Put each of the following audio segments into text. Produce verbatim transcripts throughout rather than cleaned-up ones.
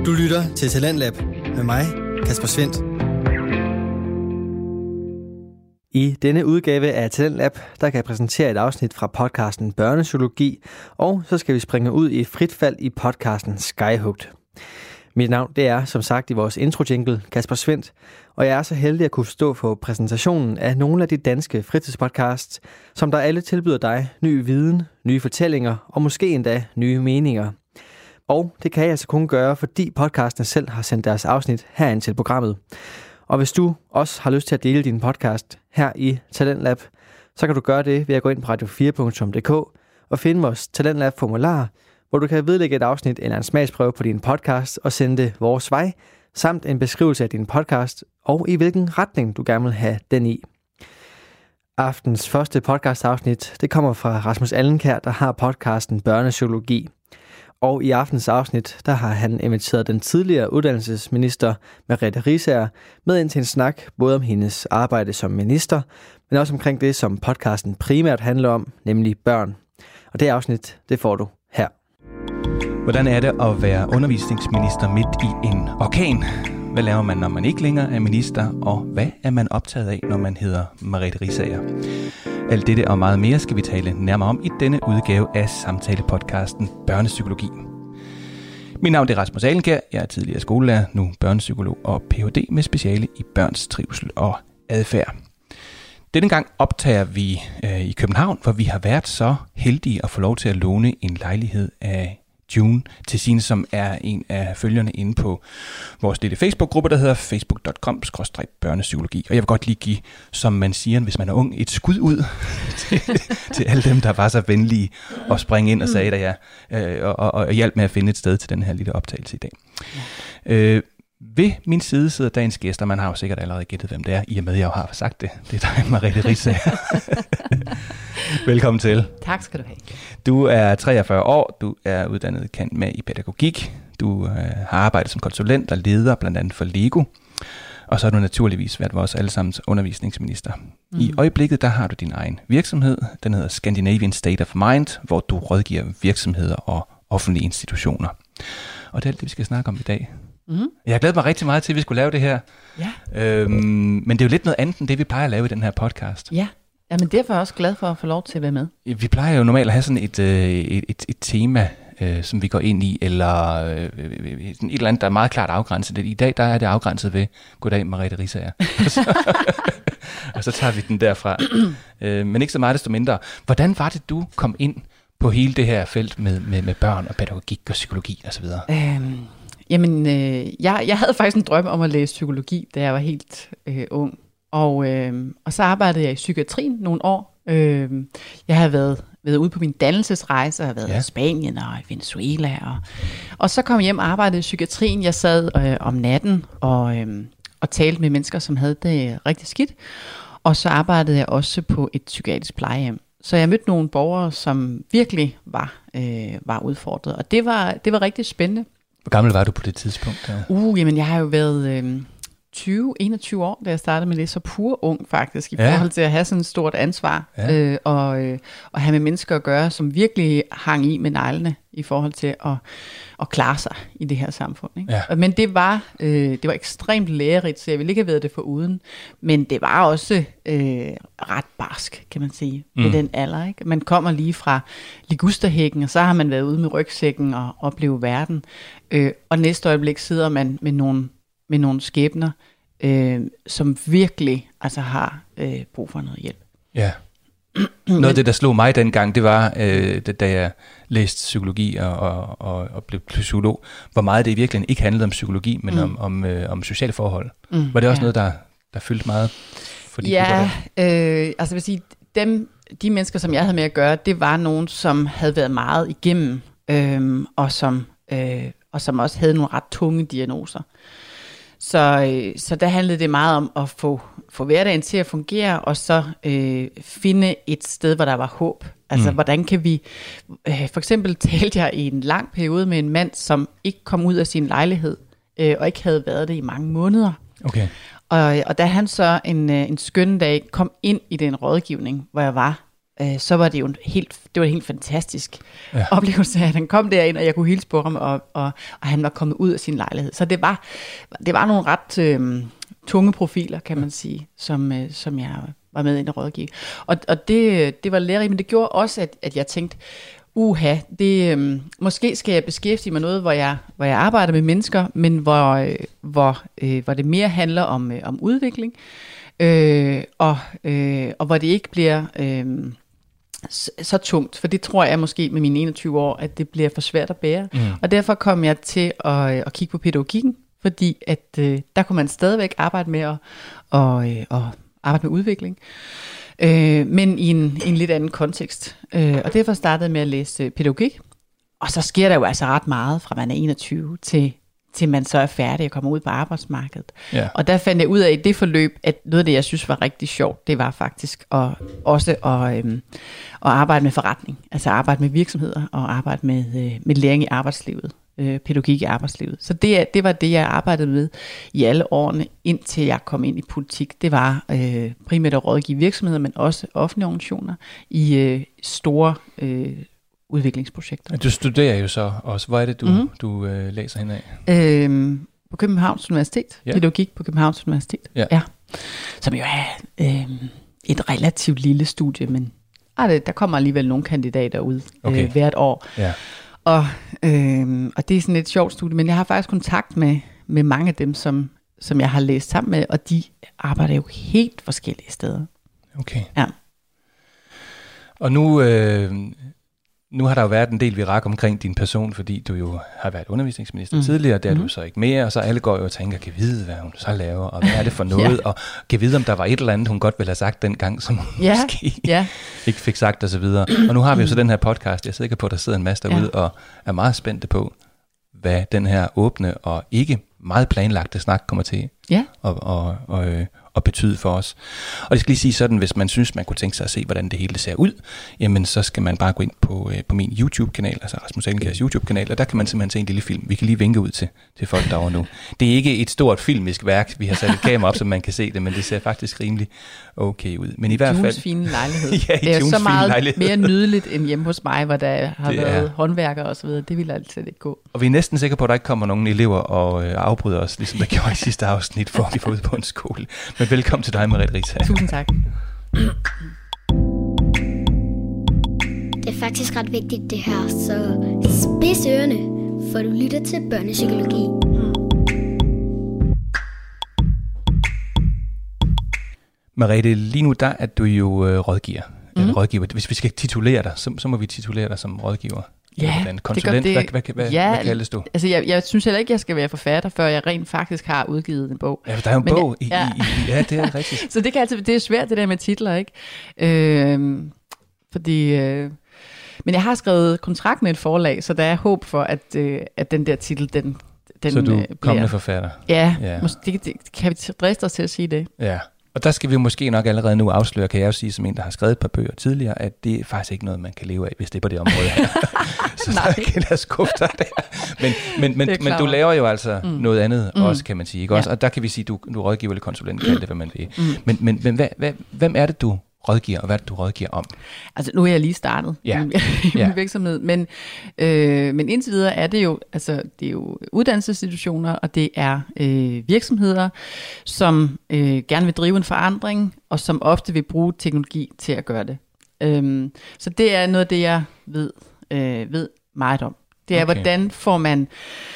Du lytter til Talentlab med mig, Kasper Svendt. I denne udgave af Talentlab, der kan jeg præsentere et afsnit fra podcasten Børnepsykologi, og så skal vi springe ud i et frit fald i podcasten Skyhooked. Mit navn det er, som sagt i vores intro-jingle, Kasper Svendt, og jeg er så heldig at kunne stå for præsentationen af nogle af de danske fritidspodcasts, som der alle tilbyder dig ny viden, nye fortællinger og måske endda nye meninger. Og det kan jeg altså kun gøre, fordi podcastene selv har sendt deres afsnit herind til programmet. Og hvis du også har lyst til at dele din podcast her i Talentlab, så kan du gøre det ved at gå ind på radio fire punktum d k og finde vores Talentlab-formular, hvor du kan vedlægge et afsnit eller en smagsprøve på din podcast og sende det vores vej, samt en beskrivelse af din podcast og i hvilken retning du gerne vil have den i. Aftens første podcastafsnit, det kommer fra Rasmus Allenkær, der har podcasten Børnepsykologi. Og i aftens afsnit, der har han inviteret den tidligere uddannelsesminister Merete Riisager med ind til en snak, både om hendes arbejde som minister, men også omkring det, som podcasten primært handler om, nemlig børn. Og det afsnit, det får du her. Hvordan er det at være undervisningsminister midt i en orkan? Hvad laver man, når man ikke længere er minister? Og hvad er man optaget af, når man hedder Merete Riisager? Alt dette og meget mere skal vi tale nærmere om i denne udgave af samtalepodcasten Børnepsykologi. Mit navn er Rasmus Allenkær, jeg er tidligere skolelærer, nu børnepsykolog og P H D med speciale i børns trivsel og adfærd. Denne gang optager vi øh, i København, hvor vi har været så heldige at få lov til at låne en lejlighed af June til Signe, som er en af følgerne inde på vores lille Facebook-gruppe, der hedder facebook punktum com skråstreg børnepsykologi. Og jeg vil godt lige give, som man siger, hvis man er ung, et skud ud til, til alle dem, der var så venlige at springe ind og sagde, at jeg øh, og, og, og hjælp med at finde et sted til den her lille optagelse i dag. Ja. Øh, Ved min side sidder dagens gæster, man har jo sikkert allerede gættet, hvem det er, i og med, at jeg jo har sagt det. Det er dig, Merete Riisager. Velkommen til. Tak skal du have. Du er treogfyrre år, du er uddannet kendt med i pædagogik, du øh, har arbejdet som konsulent og leder blandt andet for Lego, og så har du naturligvis været vores allesammens undervisningsminister. Mm. I øjeblikket, der har du din egen virksomhed, den hedder Scandinavian State of Mind, hvor du rådgiver virksomheder og offentlige institutioner. Og det er alt det, vi skal snakke om i dag. Mm. Jeg har glædet mig rigtig meget til, at vi skulle lave det her. Ja. Øhm, men det er jo lidt noget andet, end det vi plejer at lave i den her podcast. Ja, Jamen, derfor er jeg også glad for at få lov til at være med. Vi plejer jo normalt at have sådan et, et, et, et tema, øh, som vi går ind i, eller øh, et eller andet, der er meget klart afgrænset. I dag der er det afgrænset ved, goddag Merete Riisager. Og så tager vi den derfra. øh, men ikke så meget desto mindre. Hvordan var det, du kom ind på hele det her felt med, med, med børn og pædagogik og psykologi osv.? Øhm. Jamen, øh, jeg, jeg havde faktisk en drøm om at læse psykologi, da jeg var helt øh, ung. Og, øh, og så arbejdede jeg i psykiatrien nogle år. Øh, jeg har været, været ude på min dannelsesrejse, og har været ja. i Spanien og i Venezuela. Og, og så kom jeg hjem og arbejdede i psykiatrien. Jeg sad øh, om natten og, øh, og talte med mennesker, som havde det rigtig skidt. Og så arbejdede jeg også på et psykiatrisk plejehjem. Så jeg mødte nogle borgere, som virkelig var, øh, var udfordret. Og det var, det var rigtig spændende. Hvor gammel var du på det tidspunkt? Der? Uh, jamen jeg har jo været øh, tyve enogtyve år, da jeg startede med det, så pur ung faktisk, i ja. forhold til at have sådan et stort ansvar, ja. øh, og, øh, og have med mennesker at gøre, som virkelig hang i med neglene, i forhold til at, at klare sig i det her samfund. Ikke? Ja. Men det var, øh, det var ekstremt lærerigt, så jeg ville ikke have været det foruden, men det var også øh, ret barsk, kan man sige, mm. med den alder. Ikke? Man kommer lige fra ligusterhækken, og så har man været ude med rygsækken og oplevet verden, øh, og næste øjeblik sidder man med nogle, med nogle skæbner, øh, som virkelig altså, har øh, brug for noget hjælp. Ja. Noget af det, der slog mig dengang, det var, øh, da jeg læste psykologi og, og, og, og blev psykolog, hvor meget det i virkeligheden ikke handlede om psykologi, men mm. om, om, øh, om sociale forhold. Mm, var det også ja. noget, der, der fyldte meget for de ja, grupper der? Øh, altså jeg vil sige, dem, de mennesker, som jeg havde med at gøre, det var nogen, som havde været meget igennem, øh, og, som, øh, og som også havde nogle ret tunge diagnoser. Så, så der handlede det meget om at få, få hverdagen til at fungere, og så øh, finde et sted, hvor der var håb. Altså, mm. hvordan kan vi... Øh, for eksempel talte jeg i en lang periode med en mand, som ikke kom ud af sin lejlighed, øh, og ikke havde været det i mange måneder. Okay. Og, og da han så en, en skøn dag kom ind i den rådgivning, hvor jeg var, øh, så var det jo en helt, det var en helt fantastisk ja. oplevelse, at han kom derind, og jeg kunne hilse på ham, og, og, og han var kommet ud af sin lejlighed. Så det var, det var nogle ret øh, tunge profiler, kan man sige, som, øh, som jeg var med ind og rådgive. Og, og det, det var lærerigt, men det gjorde også, at, at jeg tænkte, uha, det, øh, måske skal jeg beskæftige mig med noget, hvor jeg, hvor jeg arbejder med mennesker, men hvor, øh, hvor, øh, hvor det mere handler om, øh, om udvikling, øh, og, øh, og hvor det ikke bliver øh, så, så tungt, for det tror jeg måske med mine enogtyve år, at det bliver for svært at bære. Mm. Og derfor kom jeg til at, at kigge på pædagogikken, fordi at, øh, der kunne man stadigvæk arbejde med at og, øh, og arbejde med udvikling. Øh, men i en, i en lidt anden kontekst. Øh, og derfor startede jeg med at læse pædagogik. Og så sker der jo altså ret meget, fra man er enogtyve til, til man så er færdig og kommer ud på arbejdsmarkedet. Ja. Og der fandt jeg ud af i det forløb, at noget af det, jeg synes var rigtig sjovt, det var faktisk at, også at, øhm, at arbejde med forretning. Altså arbejde med virksomheder og arbejde med, øh, med læring i arbejdslivet. Øh, pædagogik i arbejdslivet. Så det, det var det, jeg arbejdede med i alle årene, indtil jeg kom ind i politik. Det var øh, primært at rådgive virksomheder, men også offentlige organisationer i øh, store øh, udviklingsprojekter. Du studerer jo så også. Hvor er det, du, mm-hmm. du øh, læser henad? Øh, på Københavns Universitet. Ja. Pædagogik på Københavns Universitet. Ja. Ja. Som jo er øh, et relativt lille studie, men ah, det, der kommer alligevel nogle kandidater ud okay. øh, hvert år. Ja. Og, øh, og det er sådan et sjovt studie, men jeg har faktisk kontakt med, med mange af dem, som, som jeg har læst sammen med, og de arbejder jo helt forskellige steder. Okay. Ja. Og nu, øh, nu har der jo været en del virak omkring din person, fordi du jo har været undervisningsminister mm. tidligere, der er mm. du så ikke mere, og så alle går jo og tænker, kan vide, hvad hun så laver, og hvad er det for noget, ja. Og kan vide, om der var et eller andet, hun godt ville have sagt dengang, som hun ja. måske ja. ikke fik sagt, og så videre. Og nu har vi jo så den her podcast, jeg er sikker på, at der sidder en masse derude, ja. og er meget spændte på, hvad den her åbne og ikke meget planlagte snak kommer til ja. og, og, og, øh, at betyde for os. Og det skal lige sige sådan, hvis man synes, man kunne tænke sig at se, hvordan det hele ser ud, jamen så skal man bare gå ind på, øh, på min YouTube-kanal, altså Rasmus Ellenkjærs YouTube-kanal, og der kan man simpelthen se en lille film. Vi kan lige vinke ud til, til folk derovre nu. Det er ikke et stort filmisk værk, vi har sat et kamera op, så man kan se det, men det ser faktisk rimelig okay ud. Men i, i hvert fald... Junes fine lejlighed. ja, i det er Junes så meget lejlighed. mere nydeligt end hjemme hos mig, hvor der har det været er... håndværkere og så videre. Det ville altid ikke gå. Og vi er næsten sikre på, at der ikke kommer nogen elever og øh, afbryder os, ligesom der gjorde i sidste afsnit, for vi får ud på en skole. Men velkommen til dig, Merete Riisager. Tusind tak. Det er faktisk ret vigtigt det her, så spids ørerne, for du lytter til børnepsykologi. Merete, lige nu der er du jo øh, rådgiver. Mm. rådgiver. Hvis vi skal titulere dig, så, så må vi titulere dig som rådgiver. Ja, konsulent, det, hvad, hvad, hvad, ja, hvad kaldes du? Altså jeg, jeg synes heller ikke, jeg skal være forfatter, før jeg rent faktisk har udgivet en bog. Ja, der er jo en Men bog. Jeg, i, ja. I, i, ja, det er rigtigt. Så det, kan altid, det er svært, det der med titler, ikke? Øh, fordi... Øh, men jeg har skrevet kontrakt med et forlag, så der er håb for, at, øh, at den der titel, den, den så du øh, kommende forfatter? Ja, ja. Måske, det, det, kan vi driste os til at sige det. Ja. Og der skal vi måske nok allerede nu afsløre, kan jeg jo sige som en, der har skrevet et par bøger tidligere, at det er faktisk ikke noget, man kan leve af, hvis det er på det område her. Så der kan jeg skuffe dig der. Men, men, men, men du laver jo altså mm. noget andet mm. også, kan man sige. Ikke? Også, ja. Og der kan vi sige, du, du rådgiver eller konsulent, kald det, hvad man vil. Mm. Men, men, men hvad, hvad, hvem er det, du rådgiver, og hvad er det, du rådgiver om? Altså, nu er jeg lige startet ja. i ja. min virksomhed, men, øh, men indtil videre er det jo, altså, det er jo uddannelsesinstitutioner, og det er øh, virksomheder, som øh, gerne vil drive en forandring, og som ofte vil bruge teknologi til at gøre det. Øhm, så det er noget af det, jeg ved, øh, ved meget om. Det er, okay. hvordan får man...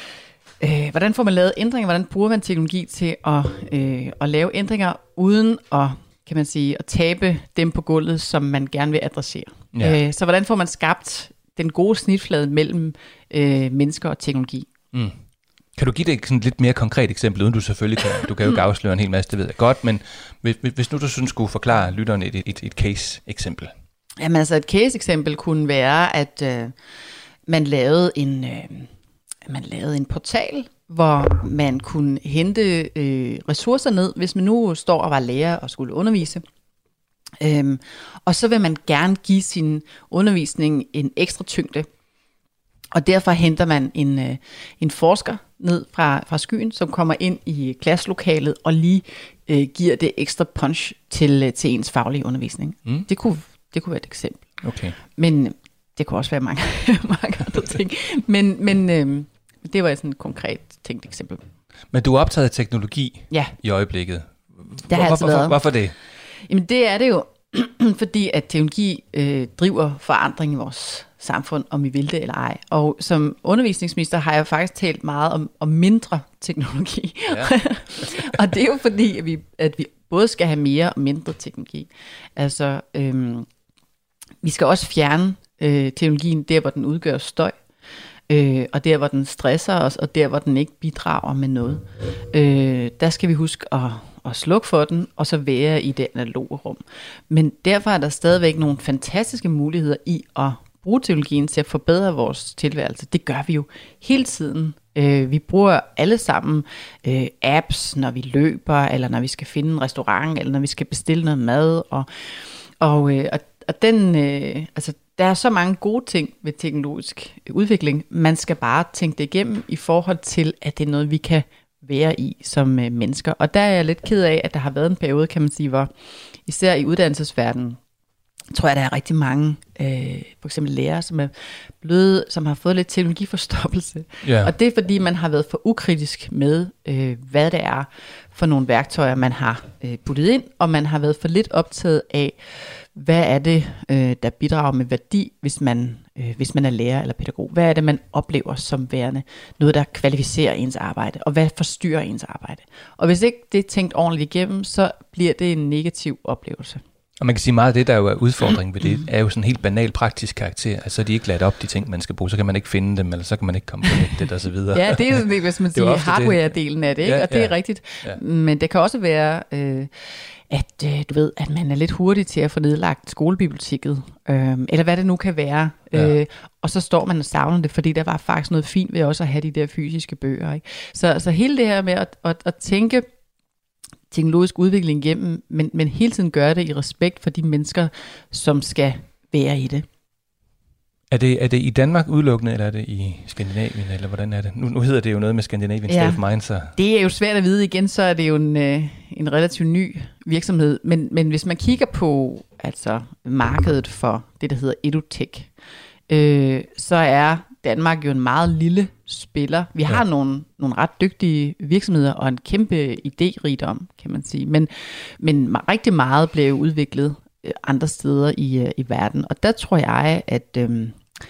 Øh, hvordan får man lavet ændringer? Hvordan bruger man teknologi til at, øh, at lave ændringer, uden at, kan man sige, at tabe dem på gulvet, som man gerne vil adressere? Ja. Øh, så hvordan får man skabt den gode snitflade mellem øh, mennesker og teknologi? Mm. Kan du give det sådan et lidt mere konkret eksempel, uden du selvfølgelig kan, du kan jo ikke afsløre en hel masse, det ved jeg godt, men hvis, hvis nu du synes, skulle forklare lytterne et, et, et case-eksempel. Jamen altså et case-eksempel kunne være, at øh, man lavede en... Øh, man lavede en portal, hvor man kunne hente øh, ressourcer ned, hvis man nu står og var lærer og skulle undervise. Øhm, og så vil man gerne give sin undervisning en ekstra tyngde. Og derfor henter man en, øh, en forsker ned fra, fra skyen, som kommer ind i klasselokalet og lige øh, giver det ekstra punch til, til ens faglige undervisning. Mm. Det kunne Det kunne være et eksempel. Okay. Men det kunne også være mange, mange andre ting. Men, men øh, det var sådan et konkret tænkt eksempel. Men du er optaget af teknologi ja. i øjeblikket. Det har hvor, altså hvorfor, været. hvorfor det? Jamen det er det jo, fordi at teknologi øh, driver forandring i vores samfund, om vi vil det eller ej. Og som undervisningsminister har jeg faktisk talt meget om, om mindre teknologi. Ja. Og det er jo fordi, at vi, at vi både skal have mere og mindre teknologi. Altså, øhm, vi skal også fjerne øh, teknologien der, hvor den udgør støj. Øh, og der, hvor den stresser os, og der, hvor den ikke bidrager med noget. Øh, der skal vi huske at, at slukke for den, og så være i det analoge rum. Men derfor er der stadigvæk nogle fantastiske muligheder i at bruge teknologien til at forbedre vores tilværelse. Det gør vi jo hele tiden. Øh, vi bruger alle sammen øh, apps, når vi løber, eller når vi skal finde en restaurant, eller når vi skal bestille noget mad. Og, og, øh, og, og den, øh, altså, der er så mange gode ting ved teknologisk udvikling. Man skal bare tænke det igennem i forhold til, at det er noget, vi kan være i som øh, mennesker. Og der er jeg lidt ked af, at der har været en periode, kan man sige, hvor især i uddannelsesverdenen, tror jeg, der er rigtig mange, øh, for eksempel lærere, som er blevet, som har fået lidt teknologiforstoppelse. Yeah. Og det er, fordi man har været for ukritisk med, øh, hvad det er for nogle værktøjer, man har øh, puttet ind, og man har været for lidt optaget af, hvad er det, øh, der bidrager med værdi, hvis man, øh, hvis man er lærer eller pædagog? Hvad er det, man oplever som værende noget, der kvalificerer ens arbejde, og hvad forstyrrer ens arbejde? Og hvis ikke det er tænkt ordentligt igennem, så bliver det en negativ oplevelse. Og man kan sige meget af det, der jo er udfordringen ved det, er jo sådan en helt banal praktisk karakter. Altså de er ikke ladt op, de ting, man skal bruge, så kan man ikke finde dem, eller så kan man ikke komme på nettet og så videre. Ja, det er jo det, hvis man siger hardware-delen af det, ikke? Ja, og det er ja, rigtigt. Ja. Men det kan også være, øh, at øh, du ved, at man er lidt hurtig til at få nedlagt skolebiblioteket, øh, eller hvad det nu kan være. Ja. Øh, og så står man og savner det, fordi der var faktisk noget fint ved også at have de der fysiske bøger. Ikke? Så, så hele det her med at, at, at tænke teknologisk udvikling igennem, men, men hele tiden gøre det i respekt for de mennesker, som skal være i det. Er det, er det i Danmark udelukkende, eller er det i Skandinavien, eller hvordan er det? Nu, nu hedder det jo noget med Scandinavian ja. State of Mind, så... Det er jo svært at vide igen, så er det jo en, øh, en relativt ny virksomhed, men, men hvis man kigger på altså, markedet for det, der hedder edutech, øh, så er Danmark jo en meget lille spiller. Vi har ja. nogle, nogle ret dygtige virksomheder og en kæmpe idérigdom, kan man sige. Men, men rigtig meget bliver jo udviklet andre steder i, i verden. Og der tror jeg, at, øhm,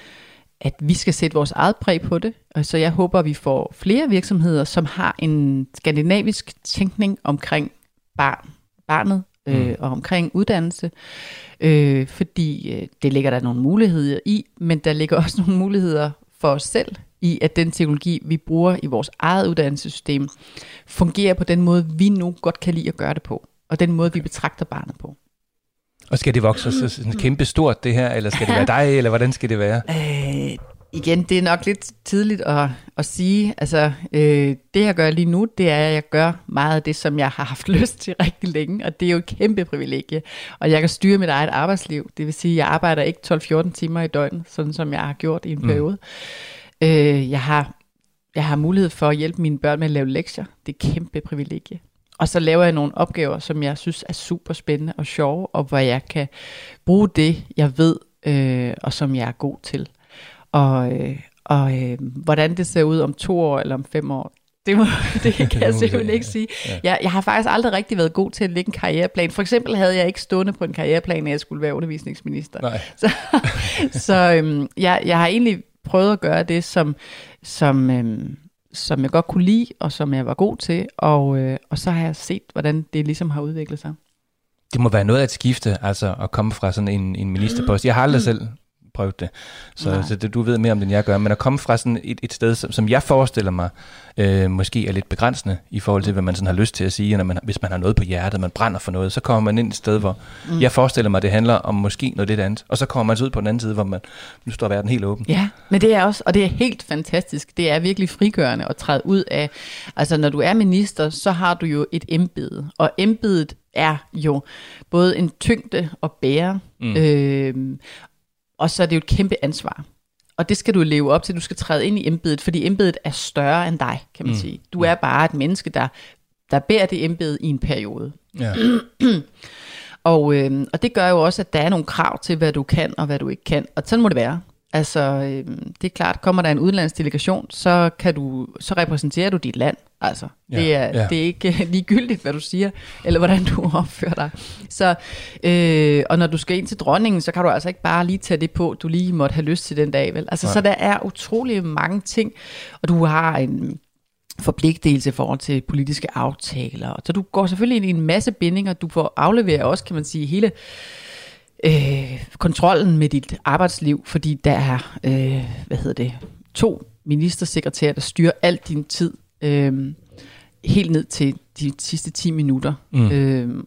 at vi skal sætte vores eget præg på det. Og så jeg håber, at vi får flere virksomheder, som har en skandinavisk tænkning omkring barn, barnet øh, mm. og omkring uddannelse. Øh, fordi øh, det ligger der nogle muligheder i, men der ligger også nogle muligheder for os selv, i at den teknologi, vi bruger i vores eget uddannelsessystem, fungerer på den måde, vi nu godt kan lide at gøre det på, og den måde, vi betragter barnet på. Og skal det vokse så sådan kæmpe stort, det her, eller skal det være dig, eller hvordan skal det være? Øh, igen, det er nok lidt tidligt at, at sige. Altså, øh, det jeg gør lige nu, det er, at jeg gør meget af det, som jeg har haft lyst til rigtig længe, og det er jo et kæmpe privilegie. Og jeg kan styre mit eget arbejdsliv, det vil sige, at jeg arbejder ikke tolv fjorten timer i døgnet, sådan som jeg har gjort i en periode. Mm. Øh, jeg har, jeg har mulighed for at hjælpe mine børn med at lave lektier. Det er et kæmpe privilegie. Og så laver jeg nogle opgaver, som jeg synes er super spændende og sjove, og hvor jeg kan bruge det, jeg ved, øh, og som jeg er god til. Og, øh, og øh, hvordan det ser ud om to år eller om fem år, det, må, det kan jeg simpelthen ikke sige. Jeg, jeg har faktisk aldrig rigtig været god til at lægge en karriereplan. For eksempel havde jeg ikke stående på en karriereplan, at jeg skulle være undervisningsminister. Nej. Så, så øh, jeg, jeg har egentlig prøvet at gøre det, som... som øh, som jeg godt kunne lide, og som jeg var god til, og, øh, og så har jeg set, hvordan det ligesom har udviklet sig. Det må være noget af et skifte, altså at komme fra sådan en, en ministerpost. Jeg har aldrig selv prøvet det, så, så det, du ved mere om det, end jeg gør, men at komme fra sådan et, et sted, som, som jeg forestiller mig, øh, måske er lidt begrænsende, i forhold til, hvad man sådan har lyst til at sige, når man, hvis man har noget på hjertet, man brænder for noget, så kommer man ind et sted, hvor mm. jeg forestiller mig, det handler om måske noget lidt andet, og så kommer man så ud på den anden side, hvor man, nu står verden helt åben. Ja, men det er også, og det er helt fantastisk, det er virkelig frigørende at træde ud af, altså når du er minister, så har du jo et embede, og embedet er jo både en tyngde at bære, mm. øh, og så er det jo et kæmpe ansvar. Og det skal du leve op til. Du skal træde ind i embedet, fordi embedet er større end dig, kan man mm. sige. Du er bare et menneske, der, der bærer det embede i en periode. Ja. Og, øh, og det gør jo også, at der er nogle krav til, hvad du kan og hvad du ikke kan. Og sådan må det være. Altså, øh, det er klart, kommer der en udenlandsdelegation, så, kan du, så repræsenterer du dit land. Altså, ja, det, er, ja. det er ikke ligegyldigt, hvad du siger, eller hvordan du opfører dig. Så, øh, og når du skal ind til dronningen, så kan du altså ikke bare lige tage det på, du lige måtte have lyst til den dag, vel? Altså, så der er utrolig mange ting, og du har en forpligtelse i forhold til politiske aftaler. Så du går selvfølgelig ind i en masse bindinger, du får afleveret også, kan man sige, hele øh, kontrollen med dit arbejdsliv, fordi der er, øh, hvad hedder det, to ministersekretærer, der styrer al din tid, øh, helt ned til de sidste ti minutter. Mm. Øh,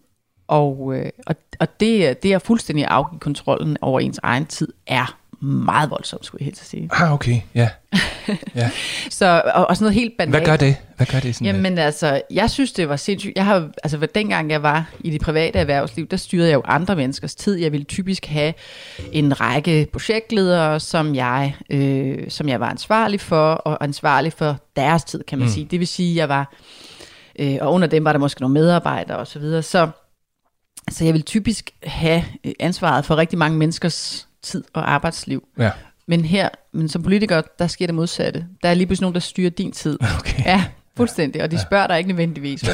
og øh, og, og det, det er fuldstændig afgivet kontrollen over ens egen tid, er meget voldsomt, skulle jeg helt sige. Ah, okay, ja. ja. Så, og, og sådan noget helt banalt. Hvad gør det? Hvad gør det sådan? Jamen altså, jeg synes, det var sindssygt. Jeg har, altså, dengang jeg var i det private erhvervsliv, der styrede jeg jo andre menneskers tid. Jeg ville typisk have en række projektledere, som jeg, øh, som jeg var ansvarlig for, og ansvarlig for deres tid, kan man mm. sige. Det vil sige, jeg var, øh, og under dem var der måske nogle medarbejdere og så videre. Så, så jeg ville typisk have ansvaret for rigtig mange menneskers tid og arbejdsliv. Ja. Men her, men som politiker, der sker det modsatte. Der er lige pludselig nogen, der styrer din tid. Okay. Ja, fuldstændig. Og de spørger dig ikke nødvendigvis.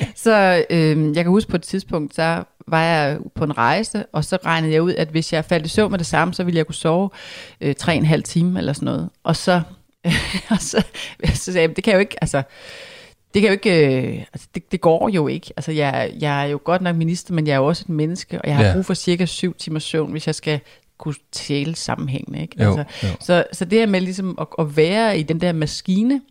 Så øh, jeg kan huske på et tidspunkt, så var jeg på en rejse, og så regnede jeg ud, at hvis jeg faldt i søvn med det samme, så ville jeg kunne sove øh, tre og en halv time eller sådan noget. Og så, øh, og så, så sagde jeg, det kan jeg jo ikke, altså, det kan jo ikke, øh, altså det, det går jo ikke. Altså jeg, jeg er jo godt nok minister, men jeg er jo også et menneske, og jeg har ja. brug for cirka syv timers søvn, hvis jeg skal kunne tæle sammenhængende, ikke? Jo, altså, jo. Så, så det her med ligesom at, at være i den der maskine,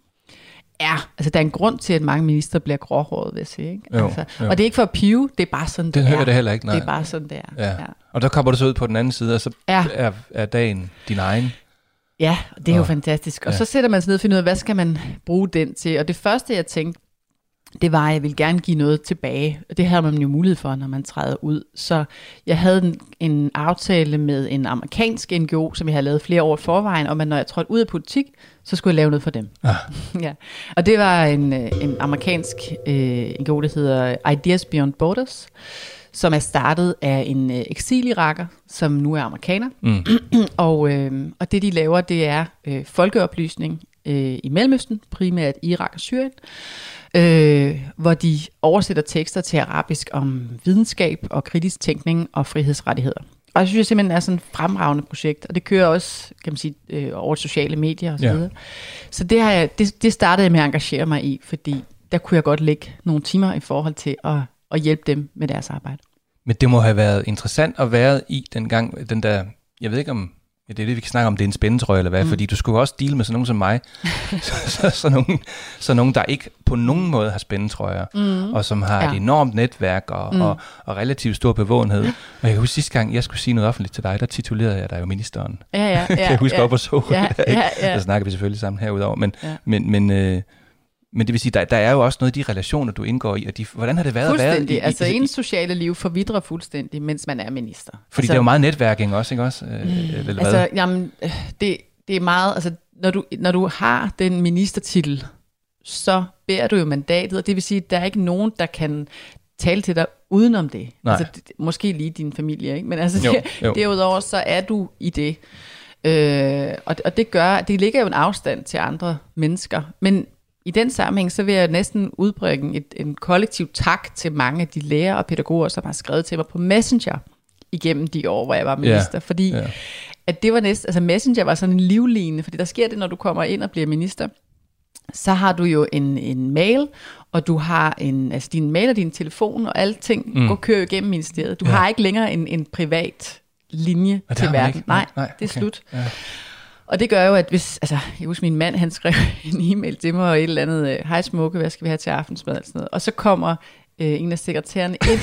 er, altså der er en grund til, at mange minister bliver gråhåret, vil jeg sige, ikke? Jo, altså, jo. og det er ikke for at pive, det er bare sådan, det, det er. Det hører det heller ikke, nej. Det er bare sådan, det er. Ja. Ja. Og der kommer du så ud på den anden side, og så ja. er, er dagen din egen. Ja, det er og, jo fantastisk. Og ja. så sætter man sig ned og finder ud af, hvad skal man bruge den til? Og det første, jeg tænkte, det var, at jeg ville gerne give noget tilbage. Og det har man jo mulighed for, når man træder ud. Så jeg havde en, en aftale med en amerikansk N G O, som jeg havde lavet flere år i forvejen, om at når jeg trådte ud af politik, så skulle jeg lave noget for dem. Ah. ja. Og det var en, en amerikansk øh, N G O, der hedder Ideas Beyond Borders, som er startet af en øh, eksilirakker, som nu er amerikaner. Mm. og, øh, og det, de laver, det er øh, folkeoplysning øh, i Mellemøsten, primært Irak og Syrien, Øh, hvor de oversætter tekster til arabisk om videnskab og kritisk tænkning og frihedsrettigheder. Og jeg synes simpelthen, det er sådan et fremragende projekt, og det kører også, kan man sige, øh, over sociale medier og så videre. Ja. Så det, har jeg, det, det startede jeg med at engagere mig i, fordi der kunne jeg godt lægge nogle timer i forhold til at, at hjælpe dem med deres arbejde. Men det må have været interessant at være i dengang, den der, jeg ved ikke om, ja, det er det, vi kan snakke om, det er en spændetrøje eller hvad, mm. fordi du skulle også deale med sådan nogen som mig, så, så, så, nogen, så nogen, der ikke på nogen måde har spændetrøjer, mm. og som har ja. et enormt netværk og, mm. og, og relativt stor bevågenhed. Og jeg kan huske sidste gang, jeg skulle sige noget offentligt til dig, der titulerede jeg dig jo ministeren. Ja, ja, ja, kan jeg huske ja. op og så. Ja, ja, ja. Der snakker vi selvfølgelig sammen herudover, men, ja. men, men øh, Men det vil sige, der, der er jo også noget af de relationer, du indgår i, og de, hvordan har det været at være i... i altså ens sociale liv forvidrer fuldstændig, mens man er minister. Fordi altså, det er jo meget netværking også, ikke også? Øh, eller altså, hvad? Jamen, det, det er meget... Altså, når du, når du har den ministertitel, så bærer du jo mandatet, og det vil sige, at der er ikke nogen, der kan tale til dig udenom det. Nej. Altså, det, måske lige din familie, ikke? Men altså, jo, det, jo. derudover, så er du i det. Øh, og, og det gør... Det ligger jo en afstand til andre mennesker, men... I den sammenhæng, så vil jeg næsten udbringe et, en kollektiv tak til mange af de lærere og pædagoger, som har skrevet til mig på Messenger igennem de år, hvor jeg var minister. Yeah. Fordi yeah. at det var næsten, altså Messenger var sådan en livline, fordi der sker det, når du kommer ind og bliver minister. Så har du jo en, en mail, og du har en, altså din mail og din telefon, og alting mm. går kører igennem ministeriet. Du yeah. har ikke længere en, en privat linje til verden. Nej, nej, det er okay. slut. Yeah. Og det gør jo, at hvis, altså, jeg husker min mand, han skrev en e-mail til mig, og et eller andet, hej smukke, hvad skal vi have til aftensmad, og sådan noget. Og så kommer øh, en af sekretærerne ind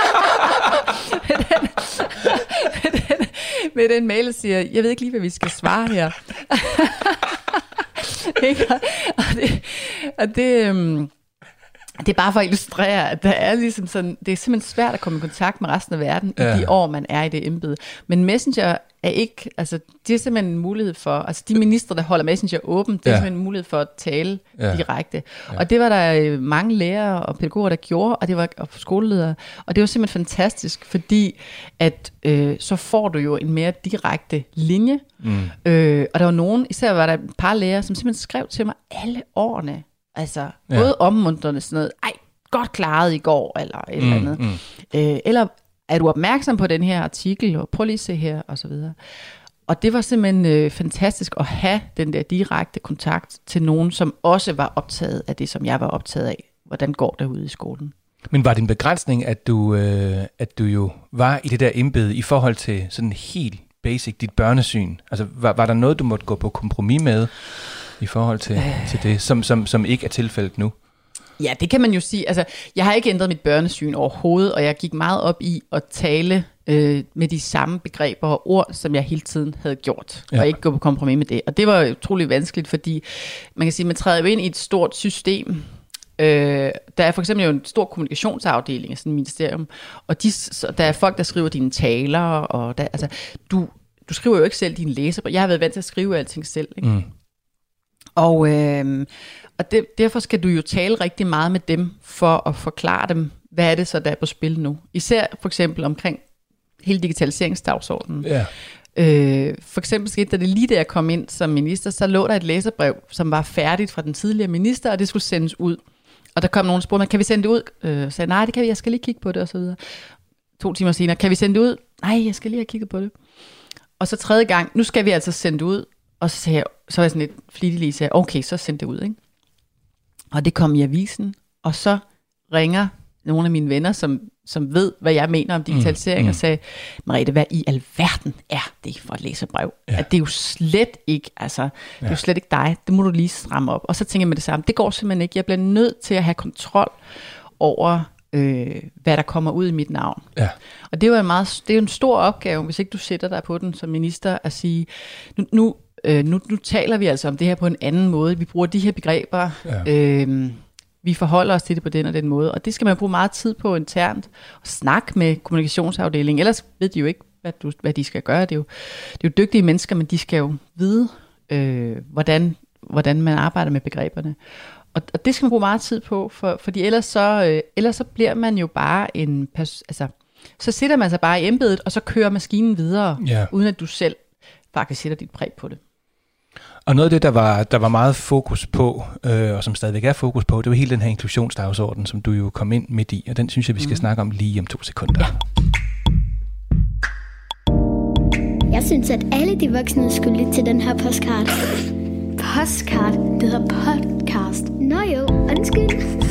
med, den, med, den, med den mail og siger, jeg ved ikke lige, hvad vi skal svare her. og det, og det, øhm, Det er bare for at illustrere, at der er ligesom sådan, det er simpelthen svært at komme i kontakt med resten af verden ja. i de år, man er i det embede. Men Messenger er ikke, altså det er simpelthen en mulighed for, altså de ministre, der holder Messenger åben, det er ja. simpelthen en mulighed for at tale ja. direkte. Ja. Og det var der mange lærere og pædagoger, der gjorde, og det var og skoleledere, og det var simpelthen fantastisk, fordi at øh, så får du jo en mere direkte linje. Mm. Øh, og der var nogen, især var der et par lærere, som simpelthen skrev til mig alle årene, altså ja. både opmuntrende sådan noget, ej, godt klaret i går, eller et mm, eller andet. Mm. Øh, eller er du opmærksom på den her artikel, og prøv lige at se her, og så videre. Og det var simpelthen øh, fantastisk at have den der direkte kontakt til nogen, som også var optaget af det, som jeg var optaget af. Hvordan går det ude i skolen? Men var det en begrænsning, at du, øh, at du jo var i det der embede i forhold til sådan helt basic, dit børnesyn? Altså var, var der noget, du måtte gå på kompromis med i forhold til, øh. til det, som, som, som ikke er tilfældet nu? Ja, det kan man jo sige. Altså, jeg har ikke ændret mit børnesyn overhovedet, og jeg gik meget op i at tale øh, med de samme begreber og ord, som jeg hele tiden havde gjort, ja. og ikke gå på kompromis med det. Og det var utrolig vanskeligt, fordi man kan sige, man træder jo ind i et stort system. Øh, der er for eksempel jo en stor kommunikationsafdeling i sådan et ministerium, og de, så der er folk, der skriver dine taler, og der, altså, du, du skriver jo ikke selv dine læser. Jeg har været vant til at skrive alting selv, ikke? Mm. Og, øh, og det, derfor skal du jo tale rigtig meget med dem, for at forklare dem, hvad er det så, der er på spil nu. Især for eksempel omkring hele digitaliseringsdagsordenen. Yeah. Øh, for eksempel skete det lige da jeg kom ind som minister, så lå der et læserbrev, som var færdigt fra den tidligere minister, og det skulle sendes ud. Og der kom nogen og spurgte mig, kan vi sende det ud? Øh, jeg sagde, nej, det kan vi, jeg skal lige kigge på det, og så videre. To timer senere, kan vi sende det ud? Nej, jeg skal lige have kigget på det. Og så tredje gang, nu skal vi altså sende det ud. Og så sagde jeg, så var jeg sådan lidt flittig lige, sagde, okay, så send det ud, ikke? Og det kom i avisen, og så ringer nogle af mine venner, som, som ved, hvad jeg mener om digitalisering, mm, mm. og sagde, Merete, hvad i alverden er det for et læserbrev? Ja. At det er jo slet ikke, altså, det er ja. jo slet ikke dig, det må du lige stramme op. Og så tænker jeg med det samme, det går simpelthen ikke, jeg bliver nødt til at have kontrol over, øh, hvad der kommer ud i mit navn. Ja. Og det er jo en meget, det er jo en stor opgave, hvis ikke du sætter dig på den som minister, at sige, nu, nu Øh, nu, nu taler vi altså om det her på en anden måde. Vi bruger de her begreber. Ja. Øh, vi forholder os til det på den og den måde. Og det skal man bruge meget tid på internt. Og snakke med kommunikationsafdelingen. Ellers ved de jo ikke, hvad, du, hvad de skal gøre. Det er, jo, det er jo dygtige mennesker, men de skal jo vide, øh, hvordan, hvordan man arbejder med begreberne. Og, og det skal man bruge meget tid på. For, fordi ellers så, øh, ellers så bliver man jo bare en... Pers- altså, så sætter man sig bare i embedet, og så kører maskinen videre, ja. uden at du selv faktisk sætter dit præg på det. Og noget af det, der var, der var meget fokus på, øh, og som stadigvæk er fokus på, det var hele den her inklusionsdagsorden, som du jo kom ind midt i, og den synes jeg, vi skal mm. snakke om lige om to sekunder. Ja. Jeg synes, at alle de voksne skulle lytte til den her postkart. Postkart? Det hedder podcast. Nå jo, undskyld.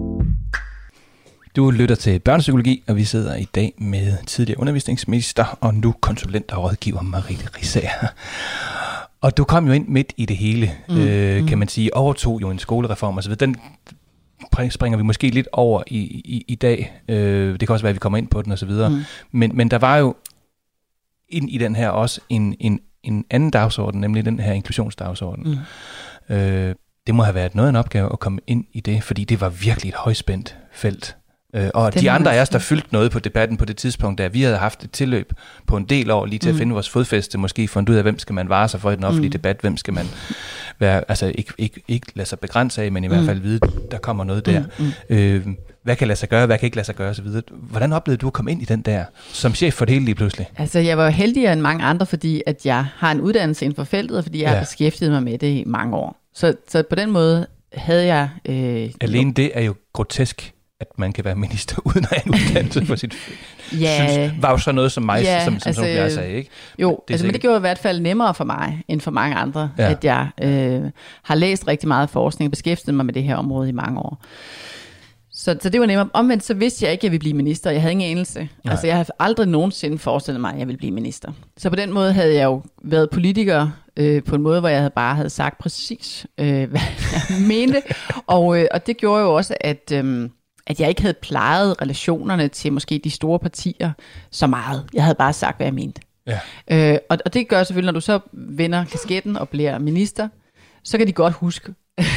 Du lytter til Børnepsykologi, og vi sidder i dag med tidligere undervisningsminister og nu konsulent og rådgiver Merete Riisager. Og du kom jo ind midt i det hele, mm, øh, kan man sige, overtog jo en skolereform og så videre. Den springer vi måske lidt over i, i, i dag. Øh, det kan også være, at vi kommer ind på den og så videre. Mm. Men, men der var jo ind i den her også en, en, en anden dagsorden, nemlig den her inklusionsdagsorden. Mm. Øh, det må have været noget af en opgave at komme ind i det, fordi det var virkelig et højspændt felt. Øh, og det de andre af os, der fyldte noget på debatten på det tidspunkt, da vi havde haft et tilløb på en del år lige til mm. at finde vores fodfæste, måske fundet ud af, hvem skal man vare sig for i den offentlige mm. debat, hvem skal man være, altså ikke, ikke, ikke lade sig begrænse af, men i mm. hvert fald vide, der kommer noget der. Mm. Mm. Øh, hvad kan lade sig gøre, hvad kan ikke lade sig gøre osv. Hvordan oplevede du at komme ind i den der, som chef for det hele lige pludselig? Altså, jeg var heldigere end mange andre, fordi at jeg har en uddannelse inden for feltet, og fordi jeg ja. har beskæftiget mig med det i mange år. Så, så på den måde havde jeg... Øh, Alene jo, det er jo grotesk, at man kan være minister uden at have en uddannelse for sit ja, synes, var jo så noget som mig, ja, som, som, altså, som jeg sagde, ikke? Jo, det altså, men det gjorde i hvert fald nemmere for mig, end for mange andre, ja. at jeg øh, har læst rigtig meget forskning og beskæftiget mig med det her område i mange år. Så, så det var nemmere. Omvendt så vidste jeg ikke, at jeg ville blive minister. Jeg havde ingen anelse. Nej. Altså, jeg havde aldrig nogensinde forestillet mig, at jeg ville blive minister. Så på den måde havde jeg jo været politiker øh, på en måde, hvor jeg havde bare havde sagt præcis, øh, hvad jeg mente. Og, øh, og det gjorde jo også, at... Øh, at jeg ikke havde plejet relationerne til måske de store partier så meget. Jeg havde bare sagt, hvad jeg mente. Ja. Øh, og, og det gør selvfølgelig, når du så vender kasketten og bliver minister, så kan de godt huske,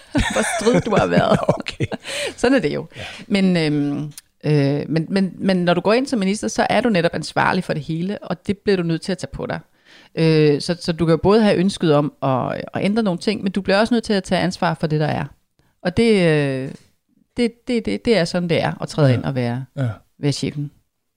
hvor strid du har været. Okay. Sådan er det jo. Ja. Men, øhm, øh, men, men, men når du går ind som minister, så er du netop ansvarlig for det hele, og det bliver du nødt til at tage på dig. Øh, så, så du kan jo både have ønsket om at, at ændre nogle ting, men du bliver også nødt til at tage ansvar for det, der er. Og det, øh, det, det, det, det er sådan, det er at træde ja. ind og være, ja. være chefen.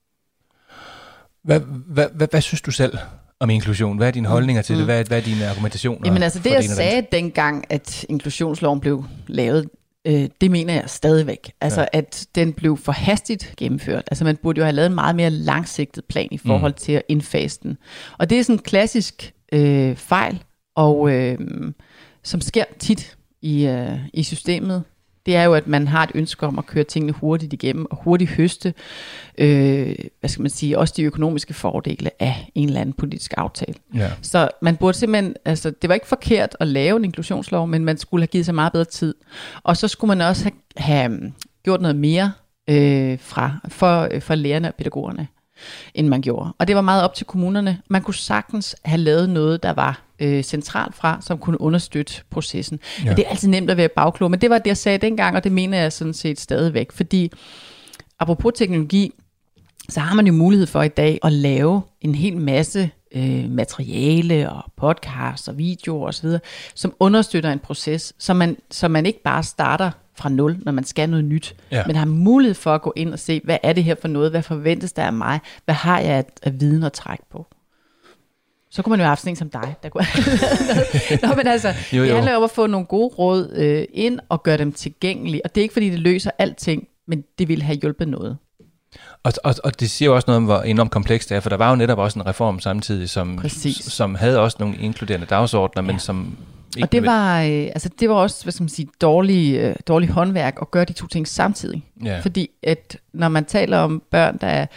Hvad, hvad, hvad, hvad synes du selv om inklusion? Hvad er dine holdninger til mm. det? Hvad er, hvad er dine argumentationer? Jamen altså det, jeg sagde dengang, at inklusionsloven blev lavet, øh, det mener jeg stadigvæk. Altså ja. at den blev for hastigt gennemført. Altså man burde jo have lavet en meget mere langsigtet plan i forhold mm. til at indfase den. Og det er sådan en klassisk øh, fejl, og øh, som sker tit i, øh, i systemet. Det er jo, at man har et ønske om at køre tingene hurtigt igennem, og hurtigt høste, øh, hvad skal man sige, også de økonomiske fordele af en eller anden politisk aftale. Ja. Så man burde simpelthen, altså det var ikke forkert at lave en inklusionslov, men man skulle have givet sig meget bedre tid. Og så skulle man også have, have gjort noget mere øh, fra, for, for lærerne og pædagogerne, end man gjorde. Og det var meget op til kommunerne. Man kunne sagtens have lavet noget, der var øh, centralt fra, som kunne understøtte processen. Ja. Men det er altid nemt at være bagklog, men det var det, jeg sagde dengang, og det mener jeg sådan set stadigvæk. Fordi apropos teknologi, så har man jo mulighed for i dag at lave en hel masse øh, materiale og podcasts og videoer osv., som understøtter en proces, så man, så man ikke bare starter fra nul, når man skal noget nyt, ja. men har mulighed for at gå ind og se, hvad er det her for noget, hvad forventes der af mig, hvad har jeg af, af viden at trække på. Så kunne man jo have haft sådan en som dig, der kunne Nå, men altså, jo, jo. Det handler om at få nogle gode råd øh, ind og gøre dem tilgængelige, og det er ikke fordi, det løser alting, men det ville have hjulpet noget. Og, og, og det siger jo også noget om, hvor enormt komplekst det er, for der var jo netop også en reform samtidig, som, som havde også nogle inkluderende dagsordner, ja. men som ikke og det var, øh, altså det var også, hvad skal man sige, dårlig, øh, dårlig håndværk at gøre de to ting samtidig. Ja. Fordi at når man taler om børn, der er,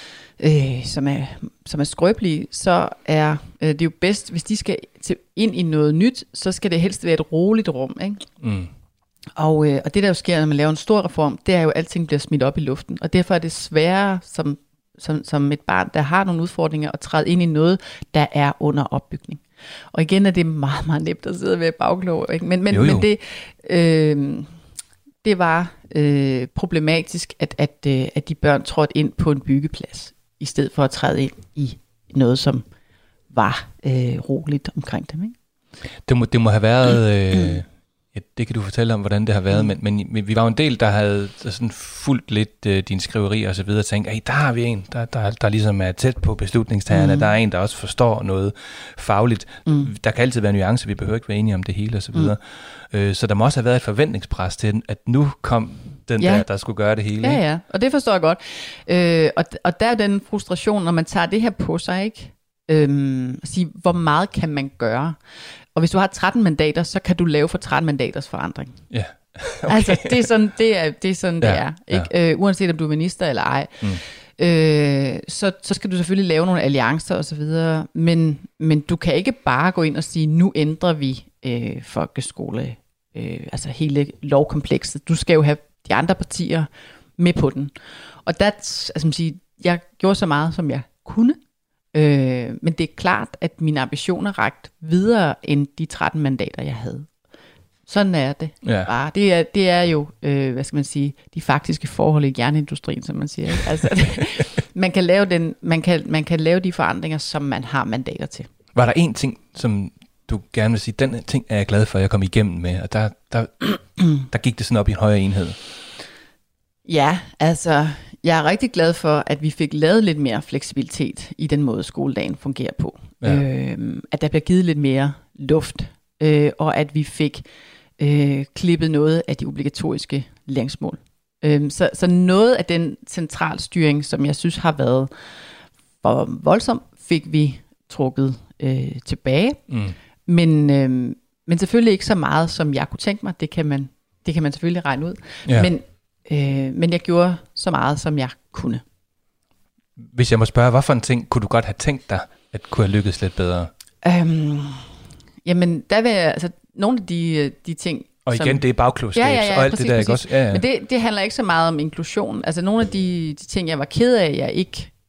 øh, som er, som er skrøbelige, så er øh, det jo bedst, hvis de skal til, ind i noget nyt, så skal det helst være et roligt rum, ikke? Mm. Og, øh, og det der jo sker, når man laver en stor reform, det er jo, at alting bliver smidt op i luften. Og derfor er det sværere som, som, som et barn, der har nogle udfordringer, at træde ind i noget, der er under opbygning. Og igen er det meget, meget nemt at sidde ved bagklog, ikke? Men, men, jo, jo. men det, øh, det var øh, problematisk, at, at, øh, at de børn trådte ind på en byggeplads, i stedet for at træde ind i noget, som var øh, roligt omkring dem. Ikke? Det, må, det må have været... Øh, ja, det kan du fortælle om, hvordan det har været, mm. men, men vi var jo en del, der havde sådan fulgt lidt øh, dine skriverier og så videre, og tænkte, hey, der har vi en, der, der, der ligesom er tæt på beslutningstagerne, mm. der er en, der også forstår noget fagligt. Mm. Der kan altid være nuancer, vi behøver ikke være enige om det hele og så videre. Mm. Øh, så der må også have været et forventningspres til, at nu kom den ja. der, der skulle gøre det hele. Ja, ja, og det forstår jeg godt. Øh, og, og der er den frustration, når man tager det her på sig, ikke? Øhm, at sige, hvor meget kan man gøre? Og hvis du har tretten mandater, så kan du lave for tretten mandaters forandring. Ja, okay. Altså, det er sådan, det er, det er, sådan, ja, det er ikke? Ja. Øh, uanset om du er minister eller ej. Mm. Øh, så, så skal du selvfølgelig lave nogle alliancer og så videre, men, men du kan ikke bare gå ind og sige, nu ændrer vi øh, folkeskole, øh, altså hele lovkomplekset. Du skal jo have de andre partier med på den. Og der, altså man siger, jeg gjorde så meget, som jeg kunne. Øh, men det er klart, at mine ambitioner rakte videre end de tretten mandater, jeg havde. Sådan er det ja. bare. Det er, det er jo, øh, hvad skal man sige, de faktiske forhold i jernindustrien, som man siger. Ikke? Altså, det, man, kan lave den, man, kan, man kan lave de forandringer, som man har mandater til. Var der en ting, som du gerne vil sige, den ting er jeg glad for, at jeg kom igennem med, og der, der, der gik det sådan op i en højere enhed? Ja, altså... Jeg er rigtig glad for, at vi fik lavet lidt mere fleksibilitet i den måde, skoledagen fungerer på. Ja. Øh, at der bliver givet lidt mere luft, øh, og at vi fik øh, klippet noget af de obligatoriske læringsmål. Øh, så, så noget af den centralstyring, som jeg synes har været for voldsom, fik vi trukket øh, tilbage. Mm. Men, øh, men selvfølgelig ikke så meget, som jeg kunne tænke mig. Det kan man, det kan man selvfølgelig regne ud. Ja. Men Øh, men jeg gjorde så meget, som jeg kunne. Hvis jeg må spørge, hvad for en ting kunne du godt have tænkt dig, at kunne have lykkedes lidt bedre? Øhm, jamen, der vil jeg, altså, nogle af de, de ting... Og igen, som, det er bagklogskab ja, ja, ja, og alt præcis, det der, ikke også? Ja, ja. Men det, det handler ikke så meget om inklusion. Altså, nogle af de, de ting, jeg var ked af, jeg ikke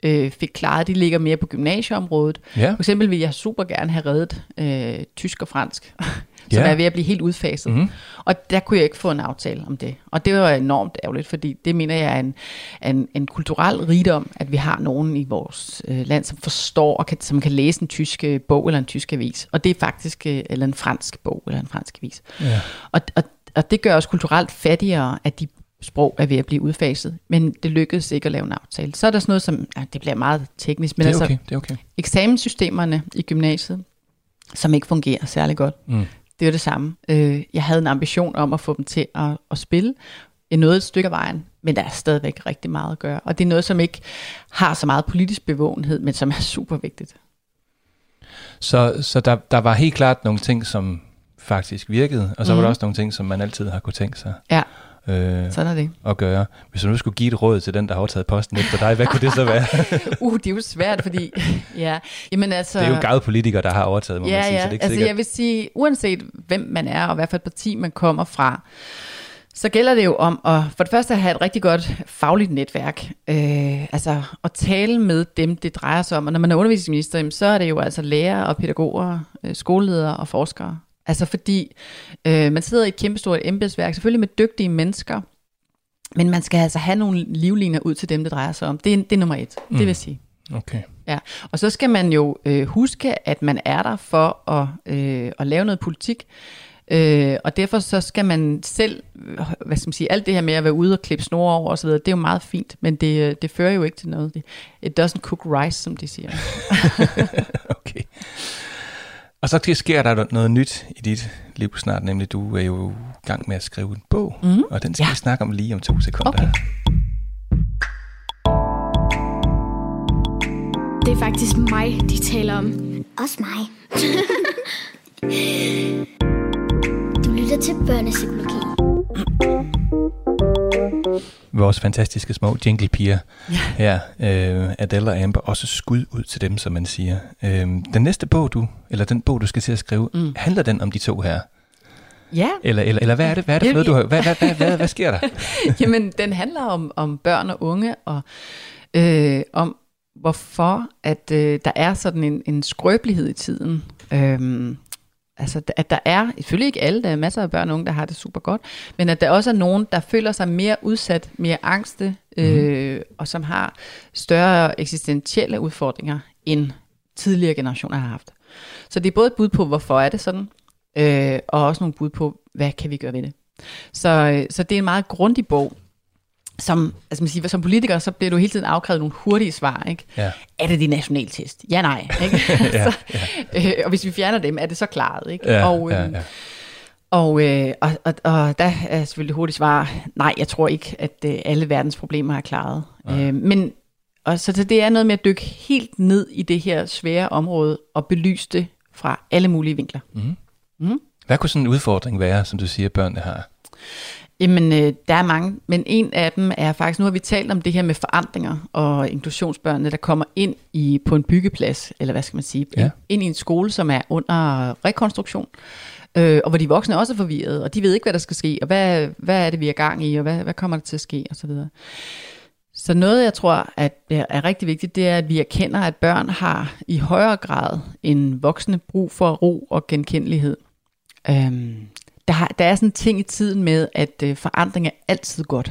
øh, fik klaret, de ligger mere på gymnasieområdet. Ja. For eksempel vil jeg super gerne have reddet øh, tysk og fransk, som Ja. er ved at blive helt udfaset. Mm-hmm. Og der kunne jeg ikke få en aftale om det. Og det var enormt ærgerligt, fordi det mener jeg er en, en, en kulturel rigdom, at vi har nogen i vores øh, land, som forstår og kan, som kan læse en tysk øh, bog eller en tysk avis. Og det er faktisk, øh, eller en fransk bog eller en fransk avis. Ja. Og, og, og det gør os kulturelt fattigere, at de sprog er ved at blive udfaset, men det lykkedes ikke at lave en aftale. Så er der sådan noget som, ja, det bliver meget teknisk, men det er okay, altså det er okay. eksamenssystemerne i gymnasiet, som ikke fungerer særlig godt, mm. det er jo det samme. Jeg havde en ambition om at få dem til at, at spille. Jeg nåede et stykke af vejen, men der er stadigvæk rigtig meget at gøre. Og det er noget, som ikke har så meget politisk bevågenhed, men som er super vigtigt. Så, så der, der var helt klart nogle ting, som faktisk virkede, og så mm. var der også nogle ting, som man altid har kunne tænke sig. Ja. Øh, Sådan er det. At gøre. Hvis du nu skulle give et råd til den, der har overtaget posten efter dig, hvad kunne det så være? uh, det er jo svært, fordi ja, jamen altså, det er jo gavede politikere, der har overtaget, må ja, man sige, ja. så det er ikke altså, sikkert. Jeg vil sige, uanset hvem man er, og hvad for et parti man kommer fra, så gælder det jo om at for det første at have et rigtig godt fagligt netværk. Øh, altså at tale med dem, det drejer sig om. Og når man er undervisningsminister, så er det jo altså lærere og pædagoger, skoleledere og forskere. Altså fordi øh, man sidder i et kæmpestort embedsværk, selvfølgelig med dygtige mennesker, men man skal altså have nogle livliner ud til dem, det drejer sig om. Det er, det er nummer et, mm. det vil jeg sige. Okay. Ja. Og så skal man jo øh, huske, at man er der for at, øh, at lave noget politik, øh, og derfor så skal man selv, hvad skal man sige, alt det her med at være ude og klippe snore over osv., det er jo meget fint, men det, det fører jo ikke til noget. It doesn't cook rice, som de siger. Okay. Og så sker der noget nyt i dit liv snart, nemlig du er jo i gang med at skrive en bog, mm. og den skal ja. vi snakke om lige om to sekunder. Okay. Det er faktisk mig, de taler om. Også mig. Du lytter til Børnepsykologi. Vores fantastiske små jinglepiger her, øh, Adele og Amber, også skud ud til dem, som man siger. Øh, den næste bog, du, eller den bog, du skal til at skrive, mm. handler den om de to her? Ja. Eller, eller, eller hvad er det, hvad er det for noget, du har, hvad, hvad, hvad, hvad, hvad sker der? Jamen, den handler om, om børn og unge, og øh, om hvorfor, at øh, der er sådan en, en skrøbelighed i tiden. Øhm, altså, at der er, selvfølgelig ikke alle, der er masser af børn og unge, der har det super godt, men at der også er nogen, der føler sig mere udsat, mere angste, øh, mm. og som har større eksistentielle udfordringer, end tidligere generationer har haft. Så det er både et bud på, hvorfor er det sådan, øh, og også nogle bud på, hvad kan vi gøre ved det. Så, så det er en meget grundig bog, som, altså man siger, som politiker, så bliver du hele tiden afkrævet nogle hurtige svar, ikke? Ja. Er det de nationaltest? Ja, nej. Ikke? ja, så, ja. Øh, og hvis vi fjerner dem, er det så klaret, ikke? Ja, og, øh, ja, ja. Og, øh, og, og, og der er selvfølgelig det hurtige svar, nej, jeg tror ikke, at øh, alle verdens problemer er klaret. Ja. Øh, men og så det er noget med at dykke helt ned i det her svære område og belyse det fra alle mulige vinkler. Mm. Mm. Hvad kunne sådan en udfordring være, som du siger, børnene har? Jamen, øh, der er mange, men en af dem er faktisk, nu har vi talt om det her med forandringer og inklusionsbørnene, der kommer ind i på en byggeplads, eller hvad skal man sige, ja. ind i en skole, som er under rekonstruktion, øh, og hvor de voksne også er forvirrede, og de ved ikke, hvad der skal ske, og hvad, hvad er det, vi er gang i, og hvad, hvad kommer der til at ske, og så videre. Så noget, jeg tror, at er rigtig vigtigt, det er, at vi erkender, at børn har i højere grad end voksne brug for ro og genkendelighed. Øhm, Der, der er sådan en ting i tiden med, at øh, forandring er altid godt.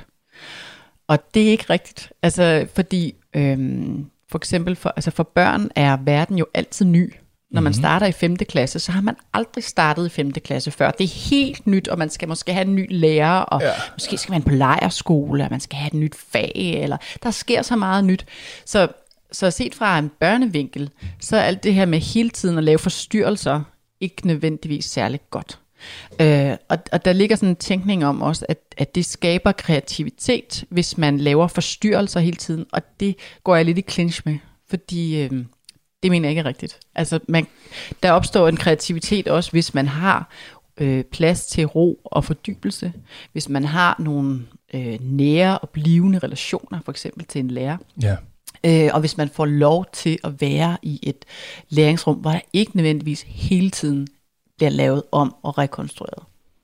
Og det er ikke rigtigt. Altså, fordi øhm, for eksempel for, altså for børn er verden jo altid ny. Når man starter i femte klasse, så har man aldrig startet i femte klasse før. Det er helt nyt, og man skal måske have en ny lærer, og ja. måske skal man på lejrskole, og man skal have et nyt fag, eller der sker så meget nyt. Så, så set fra en børnevinkel, så er alt det her med hele tiden at lave forstyrrelser ikke nødvendigvis særligt godt. Øh, og, og der ligger sådan en tænkning om også, at, at det skaber kreativitet, hvis man laver forstyrrelser hele tiden, og det går jeg lidt i clinch med, fordi øh, det mener jeg ikke er rigtigt. Altså, man, der opstår en kreativitet også, hvis man har øh, plads til ro og fordybelse, hvis man har nogle øh, nære og blivende relationer, for eksempel til en lærer. Ja. Øh, og hvis man får lov til at være i et læringsrum, hvor der ikke nødvendigvis hele tiden bliver lavet om og rekonstrueret.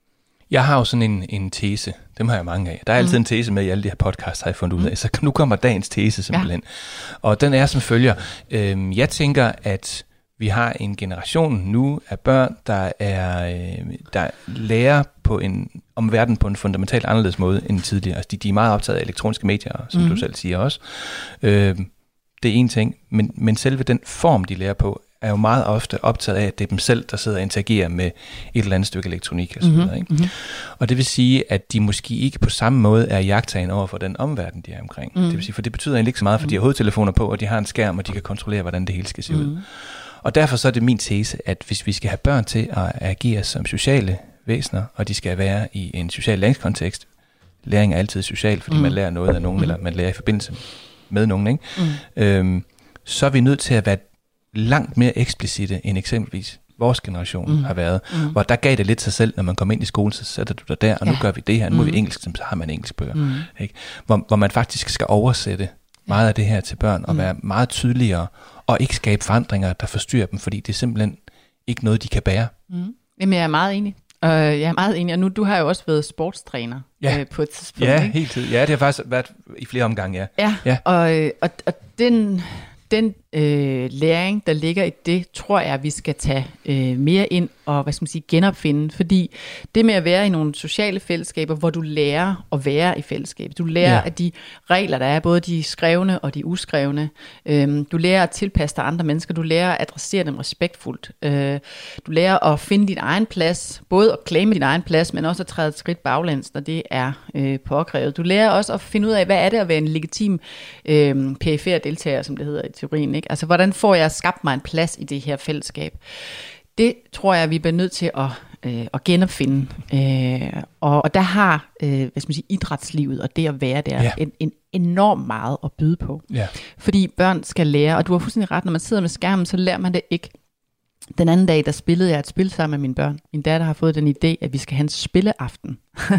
Jeg har jo sådan en, en tese, dem har jeg mange af. Der er altid mm. en tese med i alle de her podcasts, har jeg fundet ud af. Så nu kommer dagens tese simpelthen. Ja. Og den er som følger. Øhm, jeg tænker, at vi har en generation nu af børn, der er øh, der lærer på en, om verden på en fundamentalt anderledes måde end tidligere. Altså de, de er meget optaget af elektroniske medier, som mm. du selv siger også. Øh, det er en ting, men, men selve den form, de lærer på, er jo meget ofte optaget af, at det er dem selv, der sidder og interagerer med et eller andet stykke elektronik og så videre, ikke? Mm-hmm. Og det vil sige, at de måske ikke på samme måde er jagttagen over for den omverden, de er omkring. Mm. Det vil sige, for det betyder egentlig ikke så meget, for de har hovedtelefoner på, og de har en skærm, og de kan kontrollere, hvordan det hele skal se mm. ud. Og derfor så er det min tese, at hvis vi skal have børn til at agere som sociale væsener, og de skal være i en social læringskontekst, læring er altid social, fordi mm. man lærer noget af nogen, mm. eller man lærer i forbindelse med nogen, ikke? Mm. Øhm, så er vi nødt til at være langt mere eksplicite end eksempelvis vores generation mm. har været, mm. hvor der gav det lidt sig selv, når man kom ind i skolen, så sætter du dig der, og ja. nu gør vi det her, nu mm. er vi engelsk, så har man engelsk bøger, mm. ikke? Hvor, hvor man faktisk skal oversætte meget af det her til børn, og mm. være meget tydeligere, og ikke skabe forandringer, der forstyrrer dem, fordi det er simpelthen ikke noget, de kan bære. Mm. Jamen, jeg er meget enig. Uh, jeg er meget enig, og nu du har jo også været sportstræner ja. øh, på et tidspunkt. Ja, ikke? helt tid. Ja, det har faktisk været i flere omgange, ja. Ja, ja. Og, og, og den... Den øh, læring, der ligger i det, tror jeg, vi skal tage øh, mere ind og hvad skal man sige, genopfinde. Fordi det med at være i nogle sociale fællesskaber, hvor du lærer at være i fællesskab. Du lærer ja. af de regler, der er, både de skrevne og de uskrevne. Øhm, du lærer at tilpasse dig andre mennesker. Du lærer at adressere dem respektfuldt. Øh, du lærer at finde din egen plads. Både at claime din egen plads, men også at træde et skridt baglæns, når det er øh, påkrævet. Du lærer også at finde ud af, hvad er det at være en legitim øh, perifær deltager, som det hedder i teorien, ikke? Altså, hvordan får jeg skabt mig en plads i det her fællesskab? Det tror jeg, vi bliver nødt til at, øh, at genopfinde. Øh, og, og der har øh, hvad skal man sige, idrætslivet og det at være der ja. en, en enormt meget at byde på. Ja. Fordi børn skal lære, og du har fuldstændig ret, når man sidder med skærmen, så lærer man det ikke. Den anden dag, der spillede jeg et spil sammen med mine børn. Min datter har fået den idé, at vi skal have en spilleaften.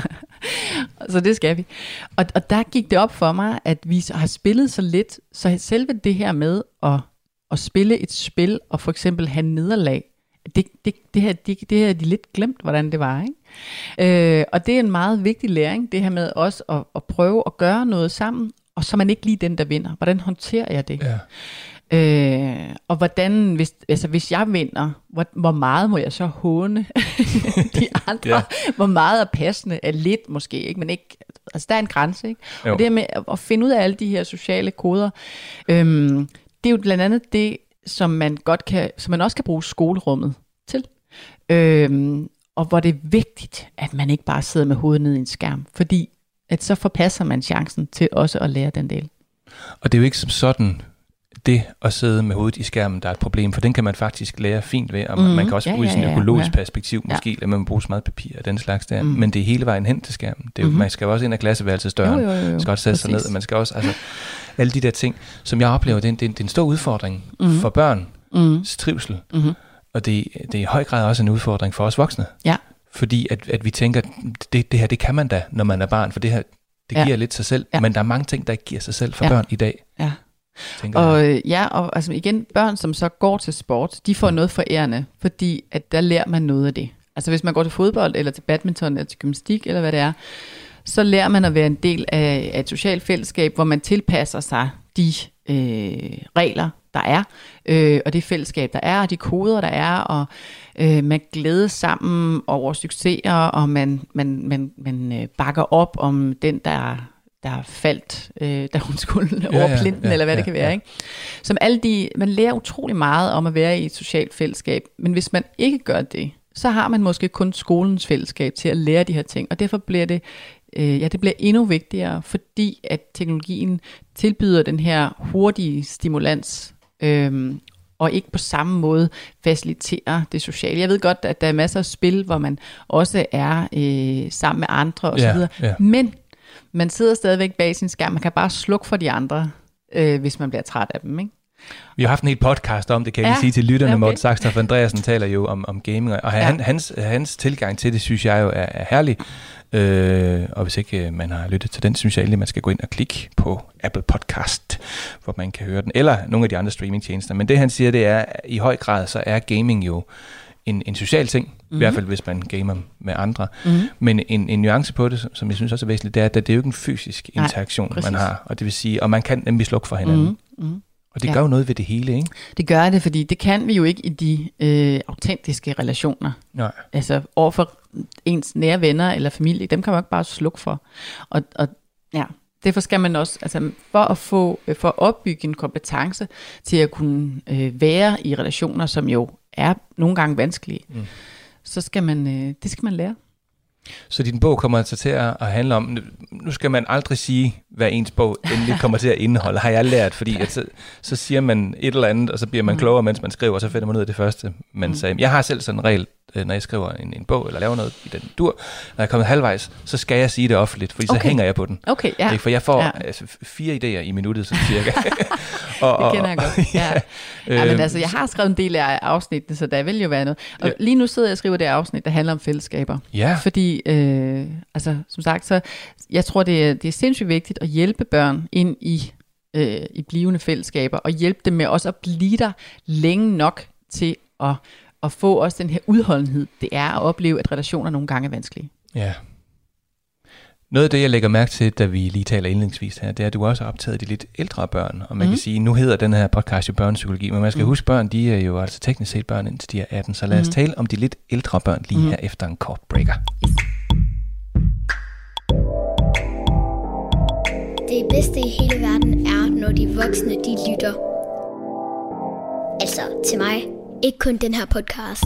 Så det skal vi. Og, og der gik det op for mig, at vi har spillet så lidt, så selve det her med at, at spille et spil, og for eksempel have nederlag, det, det, det, her, det, det her er de lidt glemt, hvordan det var, ikke? Øh, og det er en meget vigtig læring, det her med også at, at prøve at gøre noget sammen, og så er man ikke lige den, der vinder. Hvordan håndterer jeg det? Ja. Øh, og hvordan, hvis, altså hvis jeg vinder, hvor, hvor meget må jeg så håne de andre? Yeah. Hvor meget er passende? Er lidt måske, ikke? Men ikke, altså der er en grænse, ikke? Jo. Og det med at, at finde ud af alle de her sociale koder, øhm, det er jo blandt andet det, som man godt kan, som man også kan bruge skolerummet til. Øhm, og hvor det er vigtigt, at man ikke bare sidder med hovedet ned i en skærm, fordi at så forpasser man chancen til også at lære den del. Og det er jo ikke som sådan det at sidde med hovedet i skærmen, der er et problem, for den kan man faktisk lære fint ved, og mm, man kan også ja, bruge ja, i sådan et økologisk ja. perspektiv, måske ja. lader man bruge så meget papir og den slags der, mm. men det er hele vejen hen til skærmen. Det er jo, mm-hmm. Man skal jo også ind af klasseværelsesdøren, jo, jo, jo, jo. Man skal også sætte sig ned, og man skal også, altså, alle de der ting, som jeg oplever, det er en, det er en stor udfordring mm-hmm. for børns mm-hmm. trivsel, mm-hmm. og det, det er i høj grad også en udfordring for os voksne, ja. fordi at, at vi tænker, det, det her, det kan man da, når man er barn, for det her, det giver ja. lidt sig selv, ja. men der er mange ting, der ikke giver sig selv for ja. børn i dag. Ja. Og ja, og altså igen, børn, som så går til sport, de får noget forærende, fordi at der lærer man noget af det. Altså hvis man går til fodbold, eller til badminton, eller til gymnastik, eller hvad det er, så lærer man at være en del af, af et socialt fællesskab, hvor man tilpasser sig de øh, regler, der er, øh, og det fællesskab, der er, og de koder, der er, og øh, man glædes sammen over succeser, og man, man, man, man bakker op om den, der der faldt, øh, da hun skulle ja, over plinten, ja, ja, eller hvad ja, det kan være. Ja. Ikke? Som alle de, man lærer utrolig meget om at være i et socialt fællesskab, men hvis man ikke gør det, så har man måske kun skolens fællesskab til at lære de her ting, og derfor bliver det, øh, ja, det bliver endnu vigtigere, fordi at teknologien tilbyder den her hurtige stimulans, øh, og ikke på samme måde faciliterer det sociale. Jeg ved godt, at der er masser af spil, hvor man også er øh, sammen med andre osv., ja, ja. men man sidder stadigvæk bag sin skærm. Man kan bare slukke for de andre, øh, hvis man bliver træt af dem, ikke? Vi har haft en helt podcast om det, kan jeg ja. lige sige til lytterne. Okay. Morten Saxtorph Andreasen taler jo om, om gaming, og han, ja. hans, hans tilgang til det, synes jeg jo er, er herlig. Øh, og hvis ikke man har lyttet til den, synes jeg egentlig, man skal gå ind og klikke på Apple Podcast, hvor man kan høre den, eller nogle af de andre streamingtjenester. Men det han siger, det er, at i høj grad, så er gaming jo en, en social ting, mm-hmm. i hvert fald hvis man gamer med andre. Mm-hmm. Men en, en nuance på det, som jeg synes også er væsentligt, det er, at det er jo ikke en fysisk interaktion, Nej, man har. Og det vil sige, og man kan nemlig slukke for hinanden. Mm-hmm. Mm-hmm. Og det ja. gør jo noget ved det hele, ikke? Det gør det, fordi det kan vi jo ikke i de øh, autentiske relationer. Nej. Altså overfor ens nære venner eller familie, dem kan man jo ikke bare slukke for. Og, og ja, derfor skal man også, altså for at få, for at opbygge en kompetence til at kunne øh, være i relationer, som jo er nogle gange vanskelige, mm. så skal man, øh, det skal man lære. Så din bog kommer altså til at handle om, nu skal man aldrig sige, hvad ens bog endelig kommer til at indeholde, har jeg lært, fordi at så, så siger man et eller andet, og så bliver man klogere, mens man skriver, og så finder man ud af det første, man sagde. Jeg har selv sådan en regel, når jeg skriver en, en bog, eller laver noget i den dur, når jeg er kommet halvvejs, så skal jeg sige det offentligt, fordi okay. så hænger jeg på den. Okay, ja. For jeg får ja. altså, fire idéer i minuttet, sådan cirka. og, og, det kender jeg godt, ja. ja men altså, jeg har skrevet en del af afsnittene, så der vil jo være noget. Og ja. lige nu sidder jeg og skriver det afsnit, der handler om fællesskaber. Ja. Fordi, øh, altså, som sagt, så jeg tror, det er, det er sindssygt vigtigt at hjælpe børn ind i, øh, i blivende fællesskaber, og hjælpe dem med også at blive der længe nok til at og få også den her udholdenhed, det er at opleve, at relationer nogle gange er vanskelige. Ja. Noget af det, jeg lægger mærke til, da vi lige taler indledningsvis her, det er, at du også har optaget de lidt ældre børn. Og man mm. kan sige, nu hedder den her podcast jo børnepsykologi, men man skal mm. huske, børn, de er jo altså teknisk set børn, indtil de er atten. Så lad os mm. tale om de lidt ældre børn lige mm. her efter en kort breaker. Det bedste i hele verden er, når de voksne, de lytter. Altså til mig. Ikke kun den her podcast.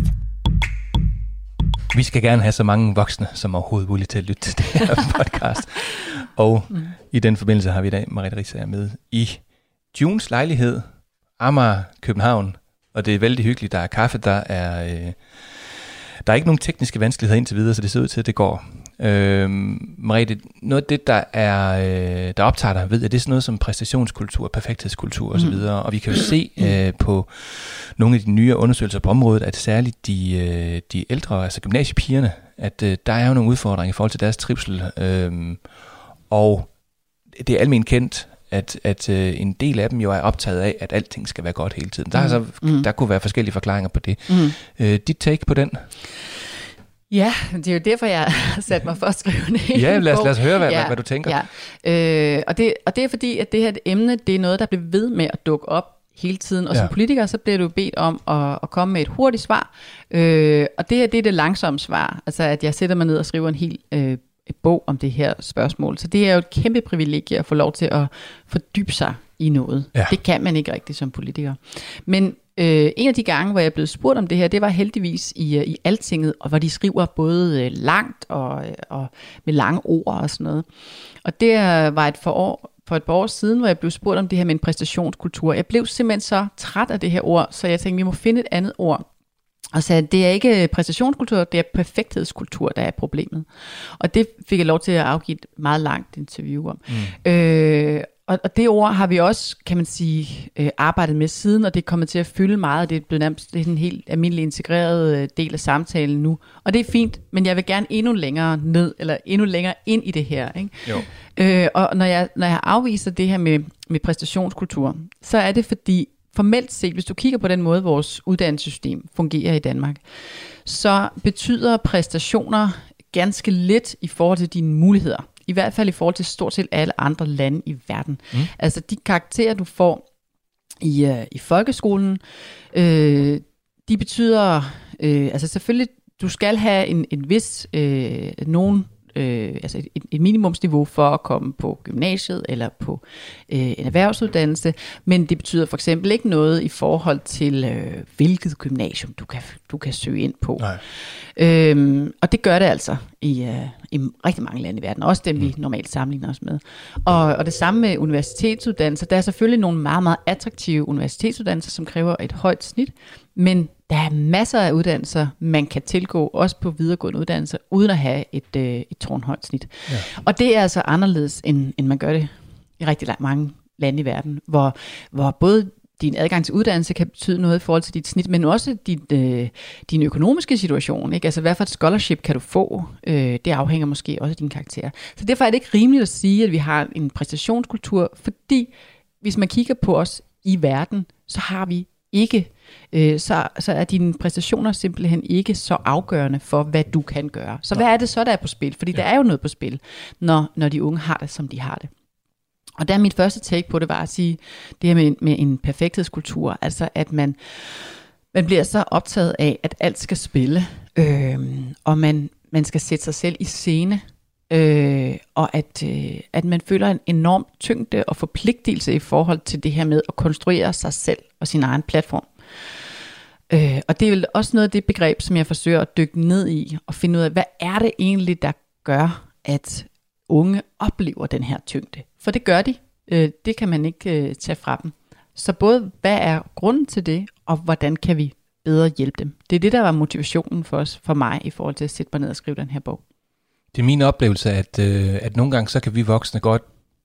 Vi skal gerne have så mange voksne som overhovedet muligt til at lytte til det her podcast. Og mm. i den forbindelse har vi i dag Merete Riisager med i Junes lejlighed, Amager, København. Og det er vældig hyggeligt. Der er kaffe, der er, øh, der er ikke nogen tekniske vanskeligheder indtil videre, så det ser ud til, at det går. Øh, Merete, noget af det, der, er, øh, der optager dig, ved jeg, det er sådan noget som præstationskultur, perfekthedskultur osv. Mm. Og vi kan jo se øh, på nogle af de nye undersøgelser på området, at særligt de, øh, de ældre, altså gymnasiepigerne, at øh, der er jo nogle udfordringer i forhold til deres trivsel. Øh, og det er almen kendt, at, at øh, en del af dem jo er optaget af, at alting skal være godt hele tiden. Der, mm. altså, mm. der kunne være forskellige forklaringer på det. Mm. Øh, dit take på den? Ja, det er jo derfor, jeg har sat mig for at skrive en Ja, lad os, lad os høre, hvad, ja, hvad du tænker. Ja. Øh, og, det, og det er fordi, at det her emne, det er noget, der bliver ved med at dukke op hele tiden. Og ja. som politiker, så bliver du bedt om at, at komme med et hurtigt svar. Øh, og det her, det er det langsomme svar. Altså, at jeg sætter mig ned og skriver en hel øh, bog om det her spørgsmål. Så det er jo et kæmpe privilegie at få lov til at fordybe sig i noget. Ja. Det kan man ikke rigtig som politiker. Men Øh, en af de gange, hvor jeg er blevet spurgt om det her, det var heldigvis i, i Altinget, og hvor de skriver både langt og, og med lange ord og sådan noget. Og det var et for, år, for et par år siden, hvor jeg blev spurgt om det her med en præstationskultur. Jeg blev simpelthen så træt af det her ord, så jeg tænkte, vi må finde et andet ord. Og sagde, det er ikke præstationskultur, det er perfekthedskultur, der er problemet. Og det fik jeg lov til at afgive et meget langt interview om. Mm. Øh, Og, og det ord har vi også, kan man sige, øh, arbejdet med siden, og det er kommet til at fylde meget. Det er blevet nærmest det er en helt almindelig integreret øh, del af samtalen nu. Og det er fint, men jeg vil gerne endnu længere ned, eller endnu længere ind i det her. Ikke? Jo. Øh, og når jeg, når jeg afviser det her med, med præstationskultur, så er det fordi, formelt set, hvis du kigger på den måde, vores uddannelsessystem fungerer i Danmark, så betyder præstationer ganske lidt i forhold til dine muligheder. I hvert fald i forhold til stort set alle andre lande i verden. Mm. Altså de karakterer, du får i, uh, i folkeskolen, øh, de betyder, øh, altså selvfølgelig, du skal have en, en vis, øh, nogen, øh, altså et, et minimumsniveau for at komme på gymnasiet eller på øh, en erhvervsuddannelse, men det betyder for eksempel ikke noget i forhold til, øh, hvilket gymnasium du kan, du kan søge ind på. Nej. Øhm, og det gør det altså i, øh, i rigtig mange lande i verden, også dem vi normalt sammenligner os med. Og, og det samme med universitetsuddannelser. Der er selvfølgelig nogle meget, meget attraktive universitetsuddannelser, som kræver et højt snit, men der er masser af uddannelser, man kan tilgå, også på videregående uddannelser, uden at have et, øh, et tårnhøjt snit. Ja. Og det er altså anderledes, end, end man gør det i rigtig mange lande i verden, hvor, hvor både din adgang til uddannelse kan betyde noget i forhold til dit snit, men også dit, øh, din økonomiske situation. Ikke? Altså hvad for et scholarship kan du få? Øh, det afhænger måske også af dine karakterer. Så derfor er det ikke rimeligt at sige, at vi har en præstationskultur, fordi hvis man kigger på os i verden, så har vi ikke, øh, så, så er dine præstationer simpelthen ikke så afgørende for, hvad du kan gøre. Så hvad er det så, der er på spil? Fordi ja. der er jo noget på spil, når, når de unge har det, som de har det. Og der er mit første take på det, var at sige, det her med, med en perfekthedskultur, altså at man, man bliver så optaget af, at alt skal spille, øh, og man, man skal sætte sig selv i scene, øh, og at, øh, at man føler en enorm tyngde og forpligtelse i forhold til det her med at konstruere sig selv og sin egen platform. Øh, og det er vel også noget af det begreb, som jeg forsøger at dykke ned i, og finde ud af, hvad er det egentlig, der gør, at unge oplever den her tyngde? For det gør de. Øh, det kan man ikke øh, tage fra dem. Så både, hvad er grunden til det, og hvordan kan vi bedre hjælpe dem? Det er det, der var motivationen for os, for mig, i forhold til at sætte mig ned og skrive den her bog. Det er min oplevelse, at, øh, at nogle gange, så kan vi voksne godt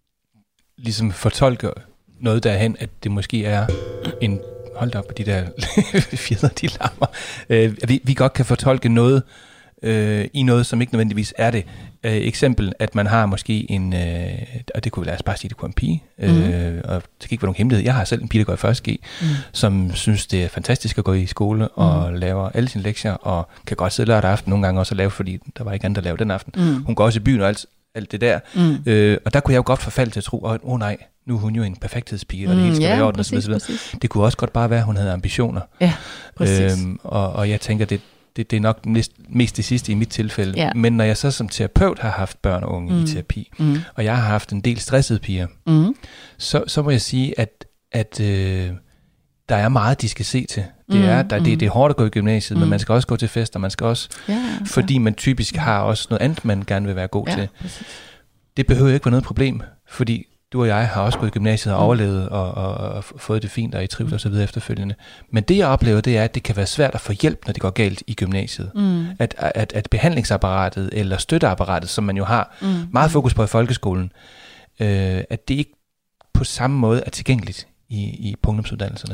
ligesom fortolke noget derhen, at det måske er en... Hold da op, de der fjeder, de larmer. Øh, vi, vi godt kan fortolke noget øh, i noget, som ikke nødvendigvis er det. Øh, eksempel, at man har måske en, øh, og det kunne lad os bare sige, det kunne en pige, mm-hmm. øh, og det kan ikke være nogen hemmelighed. Jeg har selv en pige, der går i første G, mm. som synes, det er fantastisk at gå i skole og mm. laver alle sine lektier, og kan godt sidde lørdag aften nogle gange også og lave, fordi der var ikke andet at lave den aften. Mm. Hun går også i byen og alt, alt det der. Mm. Øh, og der kunne jeg jo godt forfalde til at tro, åh oh, nej, nu er hun jo en perfekthedspige, og det hele skal mm, ja, være i orden, præcis, og så videre. Det kunne også godt bare være, at hun havde ambitioner. Ja, præcis. Øhm, og, og jeg tænker, det, det, det er nok mest, mest det sidste i mit tilfælde. Ja. Men når jeg så som terapeut har haft børn og unge mm. i terapi, mm. og jeg har haft en del stressede piger, mm. så, så må jeg sige, at, at øh, der er meget, de skal se til. Det, mm. er, der, mm. det, det er hårdt at gå i gymnasiet, mm. men man skal også gå til fester, man skal også, ja, altså. fordi man typisk har også noget andet, man gerne vil være god ja, til. Præcis. Det behøver jo ikke være noget problem, fordi du og jeg har også gået i gymnasiet og overlevet og, og, og fået det fint og i trivsel og så videre efterfølgende. Men det jeg oplever, det er, at det kan være svært at få hjælp, når det går galt i gymnasiet. Mm. At, at, at behandlingsapparatet eller støtteapparatet, som man jo har mm. meget fokus på i folkeskolen, øh, at det ikke på samme måde er tilgængeligt i, i ungdomsuddannelserne.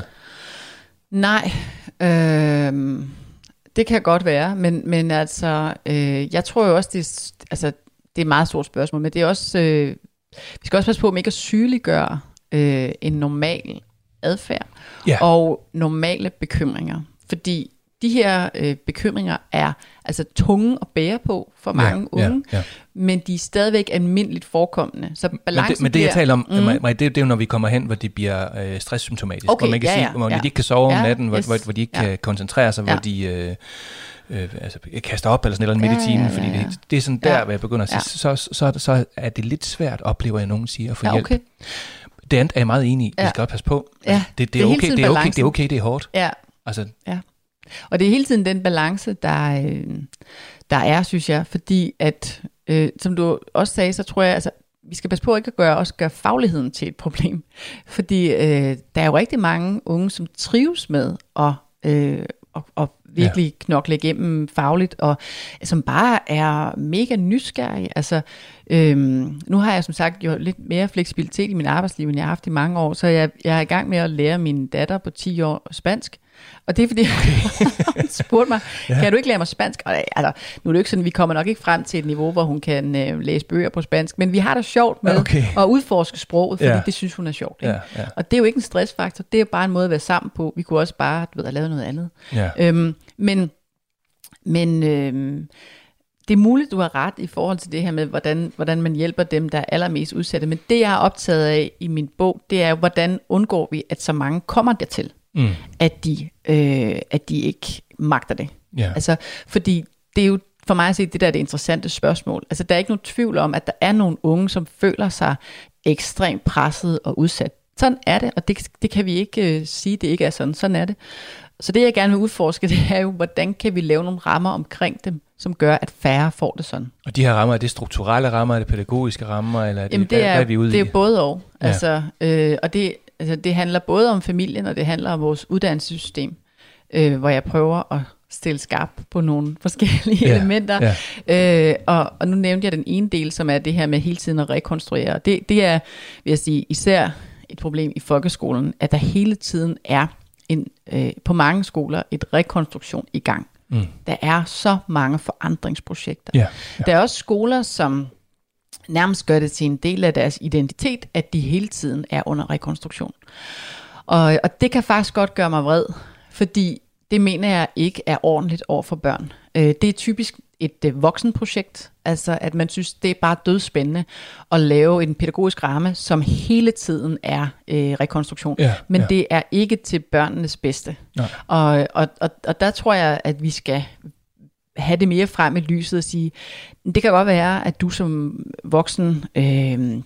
Nej, øh, det kan godt være, men, men altså, øh, jeg tror jo også, det er, altså, det er et meget stort spørgsmål, men det er også... Øh, vi skal også passe på, om ikke at sygeliggøre øh, en normal adfærd yeah. og normale bekymringer. Fordi de her øh, bekymringer er altså tunge at bære på for mange yeah, unge, yeah, yeah. men de er stadigvæk almindeligt forekommende. Så balancen men det, men det jeg taler om, mm. det, det er jo når vi kommer hen, hvor de bliver øh, stresssymptomatiske, okay, hvor man kan ja, sige, hvor ja. de ikke kan sove ja, om natten, yes. hvor, hvor de ikke ja. kan koncentrere sig, ja. hvor de... Øh, Øh, altså kaster op eller sådan noget midt i timen, ja, ja, ja. fordi det, det er sådan der, ja. hvor jeg begynder at sige, ja. så, så, så er det lidt svært, oplever jeg nogen siger, at få ja, okay. hjælp. Det andet er jeg meget enig i, ja. vi skal også passe på. Ja. Altså, det, det, det, er okay, det, er okay, det er okay, det er hårdt. Ja. Altså. Ja. Og det er hele tiden den balance, der, øh, der er, synes jeg, fordi at, øh, som du også sagde, så tror jeg, altså, vi skal passe på ikke at gøre, også gøre fagligheden til et problem. Fordi øh, der er jo rigtig mange unge, som trives med at øh, og, og virkelig ja. knokle igennem fagligt, og som bare er mega nysgerrige. Altså, øhm, nu har jeg som sagt jo lidt mere fleksibilitet i min arbejdsliv, end jeg har haft i mange år, så jeg, jeg er i gang med at lære min datter på ti år spansk. Og det er fordi, okay. hun spurgte mig, ja. kan du ikke lære mig spansk? Og altså, nu er det jo ikke sådan, vi kommer nok ikke frem til et niveau, hvor hun kan øh, læse bøger på spansk, men vi har det sjovt med okay. at udforske sproget, fordi ja. det synes hun er sjovt. Ikke? Ja, ja. Og det er jo ikke en stressfaktor, det er jo bare en måde at være sammen på. Vi kunne også bare, du ved, have lavet noget andet. Ja. Øhm, men men øhm, det er muligt, du har ret i forhold til det her med, hvordan, hvordan man hjælper dem, der er allermest udsatte. Men det, jeg er optaget af i min bog, det er jo, hvordan undgår vi, at så mange kommer dertil. Mm. At, de, øh, at de ikke magter det. Yeah. Altså, fordi det er jo for mig at se, det der er det interessante spørgsmål. Altså, der er ikke nogen tvivl om, at der er nogle unge, som føler sig ekstremt presset og udsat. Sådan er det, og det, det kan vi ikke øh, sige, det ikke er sådan. Sådan er det. Så det, jeg gerne vil udforske, det er jo, hvordan kan vi lave nogle rammer omkring dem, som gør, at færre får det sådan. Og de her rammer, er det strukturelle rammer, er det pædagogiske rammer, eller er det, Jamen, det er, hvad, hvad er vi ude det er i? både og. Ja. Altså, øh, og det Altså, det handler både om familien, og det handler om vores uddannelsessystem, øh, hvor jeg prøver at stille skarp på nogle forskellige ja, elementer. Ja. Øh, og, og nu nævnte jeg den ene del, som er det her med hele tiden at rekonstruere. Det, det er, vil jeg sige, især et problem i folkeskolen, at der hele tiden er en, øh, på mange skoler et rekonstruktion i gang. Mm. Der er så mange forandringsprojekter. Ja, ja. Der er også skoler, som nærmest gør det til en del af deres identitet, at de hele tiden er under rekonstruktion. Og, og det kan faktisk godt gøre mig vred, fordi det mener jeg ikke er ordentligt over for børn. Øh, det er typisk et øh, voksenprojekt, altså at man synes, det er bare dødspændende at lave en pædagogisk ramme, som hele tiden er øh, rekonstruktion. Ja, Men ja. det er ikke til børnenes bedste. Og, og, og, og der tror jeg, at vi skal have det mere frem i lyset og sige, det kan godt være, at du som voksen øh,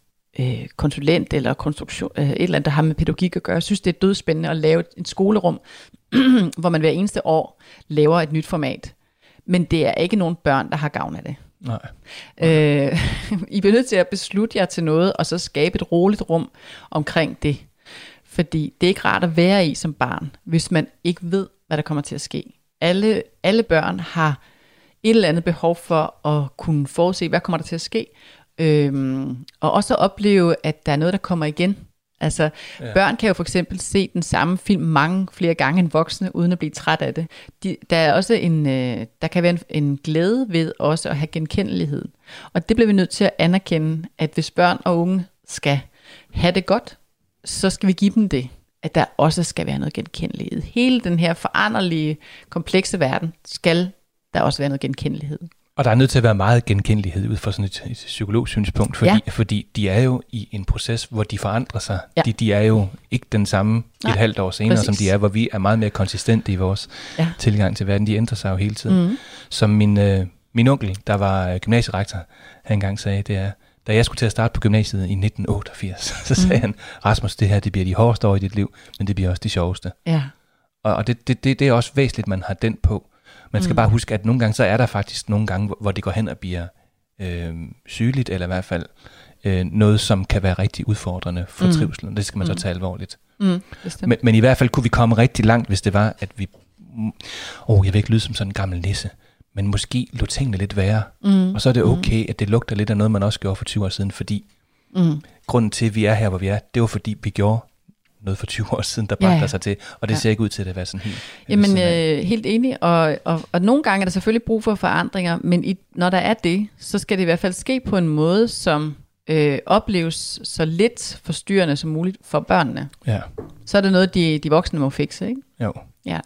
øh, konsulent eller konstruktion, øh, et eller andet, der har med pædagogik at gøre, synes, det er dødspændende at lave et skolerum, hvor man hver eneste år laver et nyt format. Men det er ikke nogen børn, der har gavn af det. Nej. Okay. Øh, I bliver nødt til at beslutte jer til noget, og så skabe et roligt rum omkring det. Fordi det er ikke rart at være i som barn, hvis man ikke ved, hvad der kommer til at ske. Alle, alle børn har et eller andet behov for at kunne forudse, hvad kommer der til at ske. Øhm, og også opleve, at der er noget, der kommer igen. Altså, ja. Børn kan jo for eksempel se den samme film mange flere gange end voksne, uden at blive træt af det. De, der er også en, øh, der kan være en, en glæde ved også at have genkendelighed. Og det bliver vi nødt til at anerkende, at hvis børn og unge skal have det godt, så skal vi give dem det, at der også skal være noget genkendelighed. Hele den her foranderlige, komplekse verden, skal der også være noget genkendelighed. Og der er nødt til at være meget genkendelighed ud fra sådan et, et psykologisk synspunkt, fordi, ja. fordi de er jo i en proces, hvor de forandrer sig. Ja. De, de er jo ikke den samme Nej, et halvt år senere, præcis. Som de er, hvor vi er meget mere konsistente i vores ja. tilgang til verden. De ændrer sig jo hele tiden. Mm. Som min, øh, min onkel, der var gymnasierektor, han engang sagde, det er, da jeg skulle til at starte på gymnasiet i nitten otteogfirs, så sagde mm. han, Rasmus, det her det bliver de hårdeste år i dit liv, men det bliver også de sjoveste. Ja. Og, og det, det, det, det er også væsentligt, man har den på. Man skal mm. bare huske, at nogle gange, så er der faktisk nogle gange, hvor det går hen og bliver øh, sygeligt, eller i hvert fald øh, noget, som kan være rigtig udfordrende for mm. trivselen. Det skal man mm. så tage alvorligt. Mm, men, men i hvert fald kunne vi komme rigtig langt, hvis det var, at vi... Åh, oh, jeg vil ikke lyde som sådan en gammel nisse, men måske lå tingene lidt værre. Mm. Og så er det okay, mm. at det lugter lidt af noget, man også gjorde for tyve år siden, fordi mm. grunden til, at vi er her, hvor vi er, det var fordi, vi gjorde noget for tyve år siden, der bragte ja, ja. sig til, og det ja. ser ikke ud til at være sådan helt... Jamen, øh, helt enig, og, og, og nogle gange er der selvfølgelig brug for forandringer, men i, når der er det, så skal det i hvert fald ske på en måde, som øh, opleves så lidt forstyrrende som muligt for børnene. Ja. Så er det noget, de, de voksne må fikse, ikke? Jo. Ja.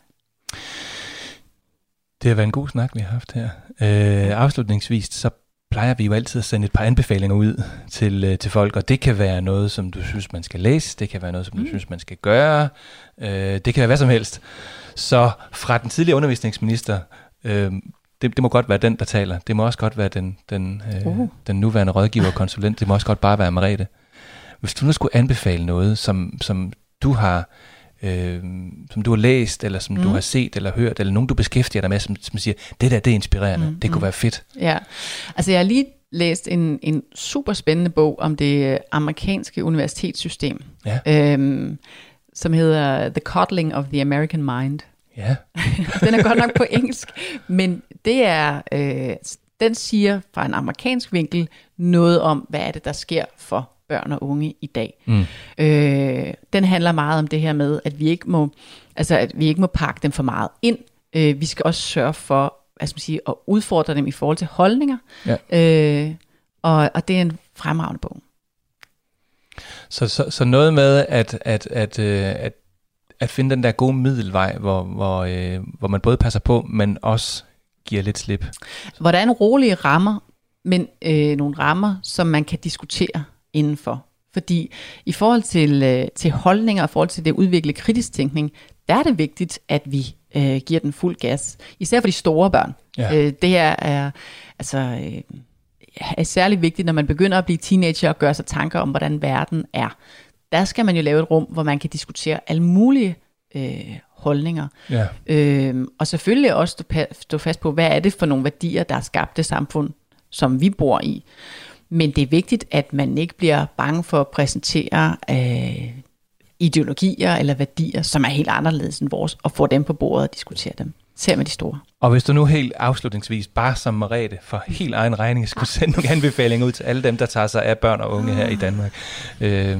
Det har været en god snak, vi har haft her. Øh, afslutningsvis, så plejer vi jo altid at sende et par anbefalinger ud til, øh, til folk, og det kan være noget, som du synes, man skal læse, det kan være noget, som du mm. synes, man skal gøre, øh, det kan være hvad som helst. Så fra den tidligere undervisningsminister, øh, det, det må godt være den, der taler, det må også godt være den, den, øh, uh. den nuværende rådgiver og konsulent, det må også godt bare være Merete. Hvis du nu skulle anbefale noget, som, som du har... Øh, som du har læst, eller som mm. du har set, eller hørt, eller nogen, du beskæftiger dig med, som, som siger, det der, det er inspirerende, mm. det kunne være fedt. Ja, altså jeg har lige læst en, en super spændende bog om det amerikanske universitetssystem, ja. øhm, som hedder The Coddling of the American Mind. Ja. Den er godt nok på engelsk, men det er, øh, den siger fra en amerikansk vinkel noget om, hvad er det, der sker for børn og unge i dag. Mm. Øh, den handler meget om det her med, at vi ikke må, altså at vi ikke må pakke dem for meget ind. Øh, vi skal også sørge for, hvad skal man sige, at udfordre dem i forhold til holdninger. Ja. Øh, og, og det er en fremragende bog. Så, så, så noget med at, at, at, at, at finde den der gode middelvej, hvor, hvor, øh, hvor man både passer på, men også giver lidt slip. Hvor der er nogle rolige rammer, men øh, nogle rammer, som man kan diskutere indenfor. Fordi i forhold til, øh, til holdninger, og i forhold til det at udvikle kritisk tænkning, der er det vigtigt, at vi øh, giver den fuld gas. Især for de store børn. Ja. Øh, det her er, altså, øh, er særligt vigtigt, når man begynder at blive teenager og gøre sig tanker om, hvordan verden er. Der skal man jo lave et rum, hvor man kan diskutere alle mulige øh, holdninger. Ja. Øh, og selvfølgelig også stå, stå fast på, hvad er det for nogle værdier, der er skabt det samfund, som vi bor i. Men det er vigtigt, at man ikke bliver bange for at præsentere øh, ideologier eller værdier, som er helt anderledes end vores, og få dem på bordet og diskutere dem. Ser med de store. Og hvis du nu helt afslutningsvis, bare som Merete, for helt egen regning, skulle sende nogle anbefalinger ud til alle dem, der tager sig af børn og unge her i Danmark. Øh,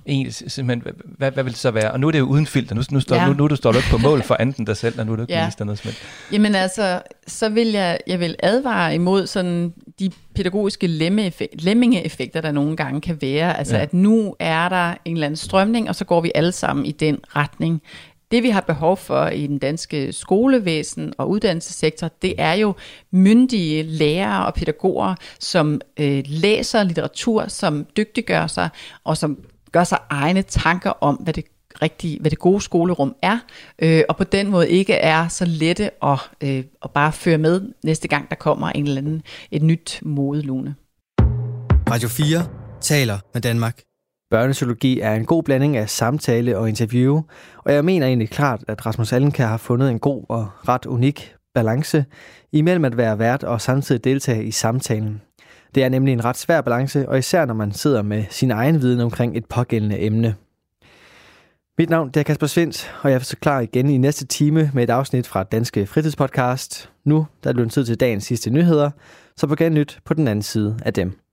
En, simpelthen, hvad, hvad vil det så være? Og nu er det jo uden filter. Nu, nu, står, ja. nu, nu du står du ikke på mål for andet end dig selv, og nu er du ikke ja. minister noget som helst. Jamen altså, så vil jeg, jeg vil advare imod sådan de pædagogiske lemmingeeffekter, der nogle gange kan være. Altså, ja. at nu er der en eller anden strømning, og så går vi alle sammen i den retning. Det vi har behov for i den danske skolevæsen og uddannelsessektor, det er jo myndige lærere og pædagoger, som øh, læser litteratur, som dygtiggør sig, og som gør sig egne tanker om, hvad det rigtige, hvad det gode skolerum er, øh, og på den måde ikke er så lette at, øh, at bare føre med næste gang, der kommer en eller anden, et nyt modelune. Radio fire taler med Danmark. Børnepsykologi er en god blanding af samtale og interview, og jeg mener egentlig klart, at Rasmus Allenkær har fundet en god og ret unik balance imellem at være vært og samtidig deltage i samtalen. Det er nemlig en ret svær balance, og især når man sidder med sin egen viden omkring et pågældende emne. Mit navn det er Kasper Svindt, og jeg er så klar igen i næste time med et afsnit fra Danske Fritidspodcast. Nu der er det blevet tid til dagens sidste nyheder, så på gennyt på den anden side af dem.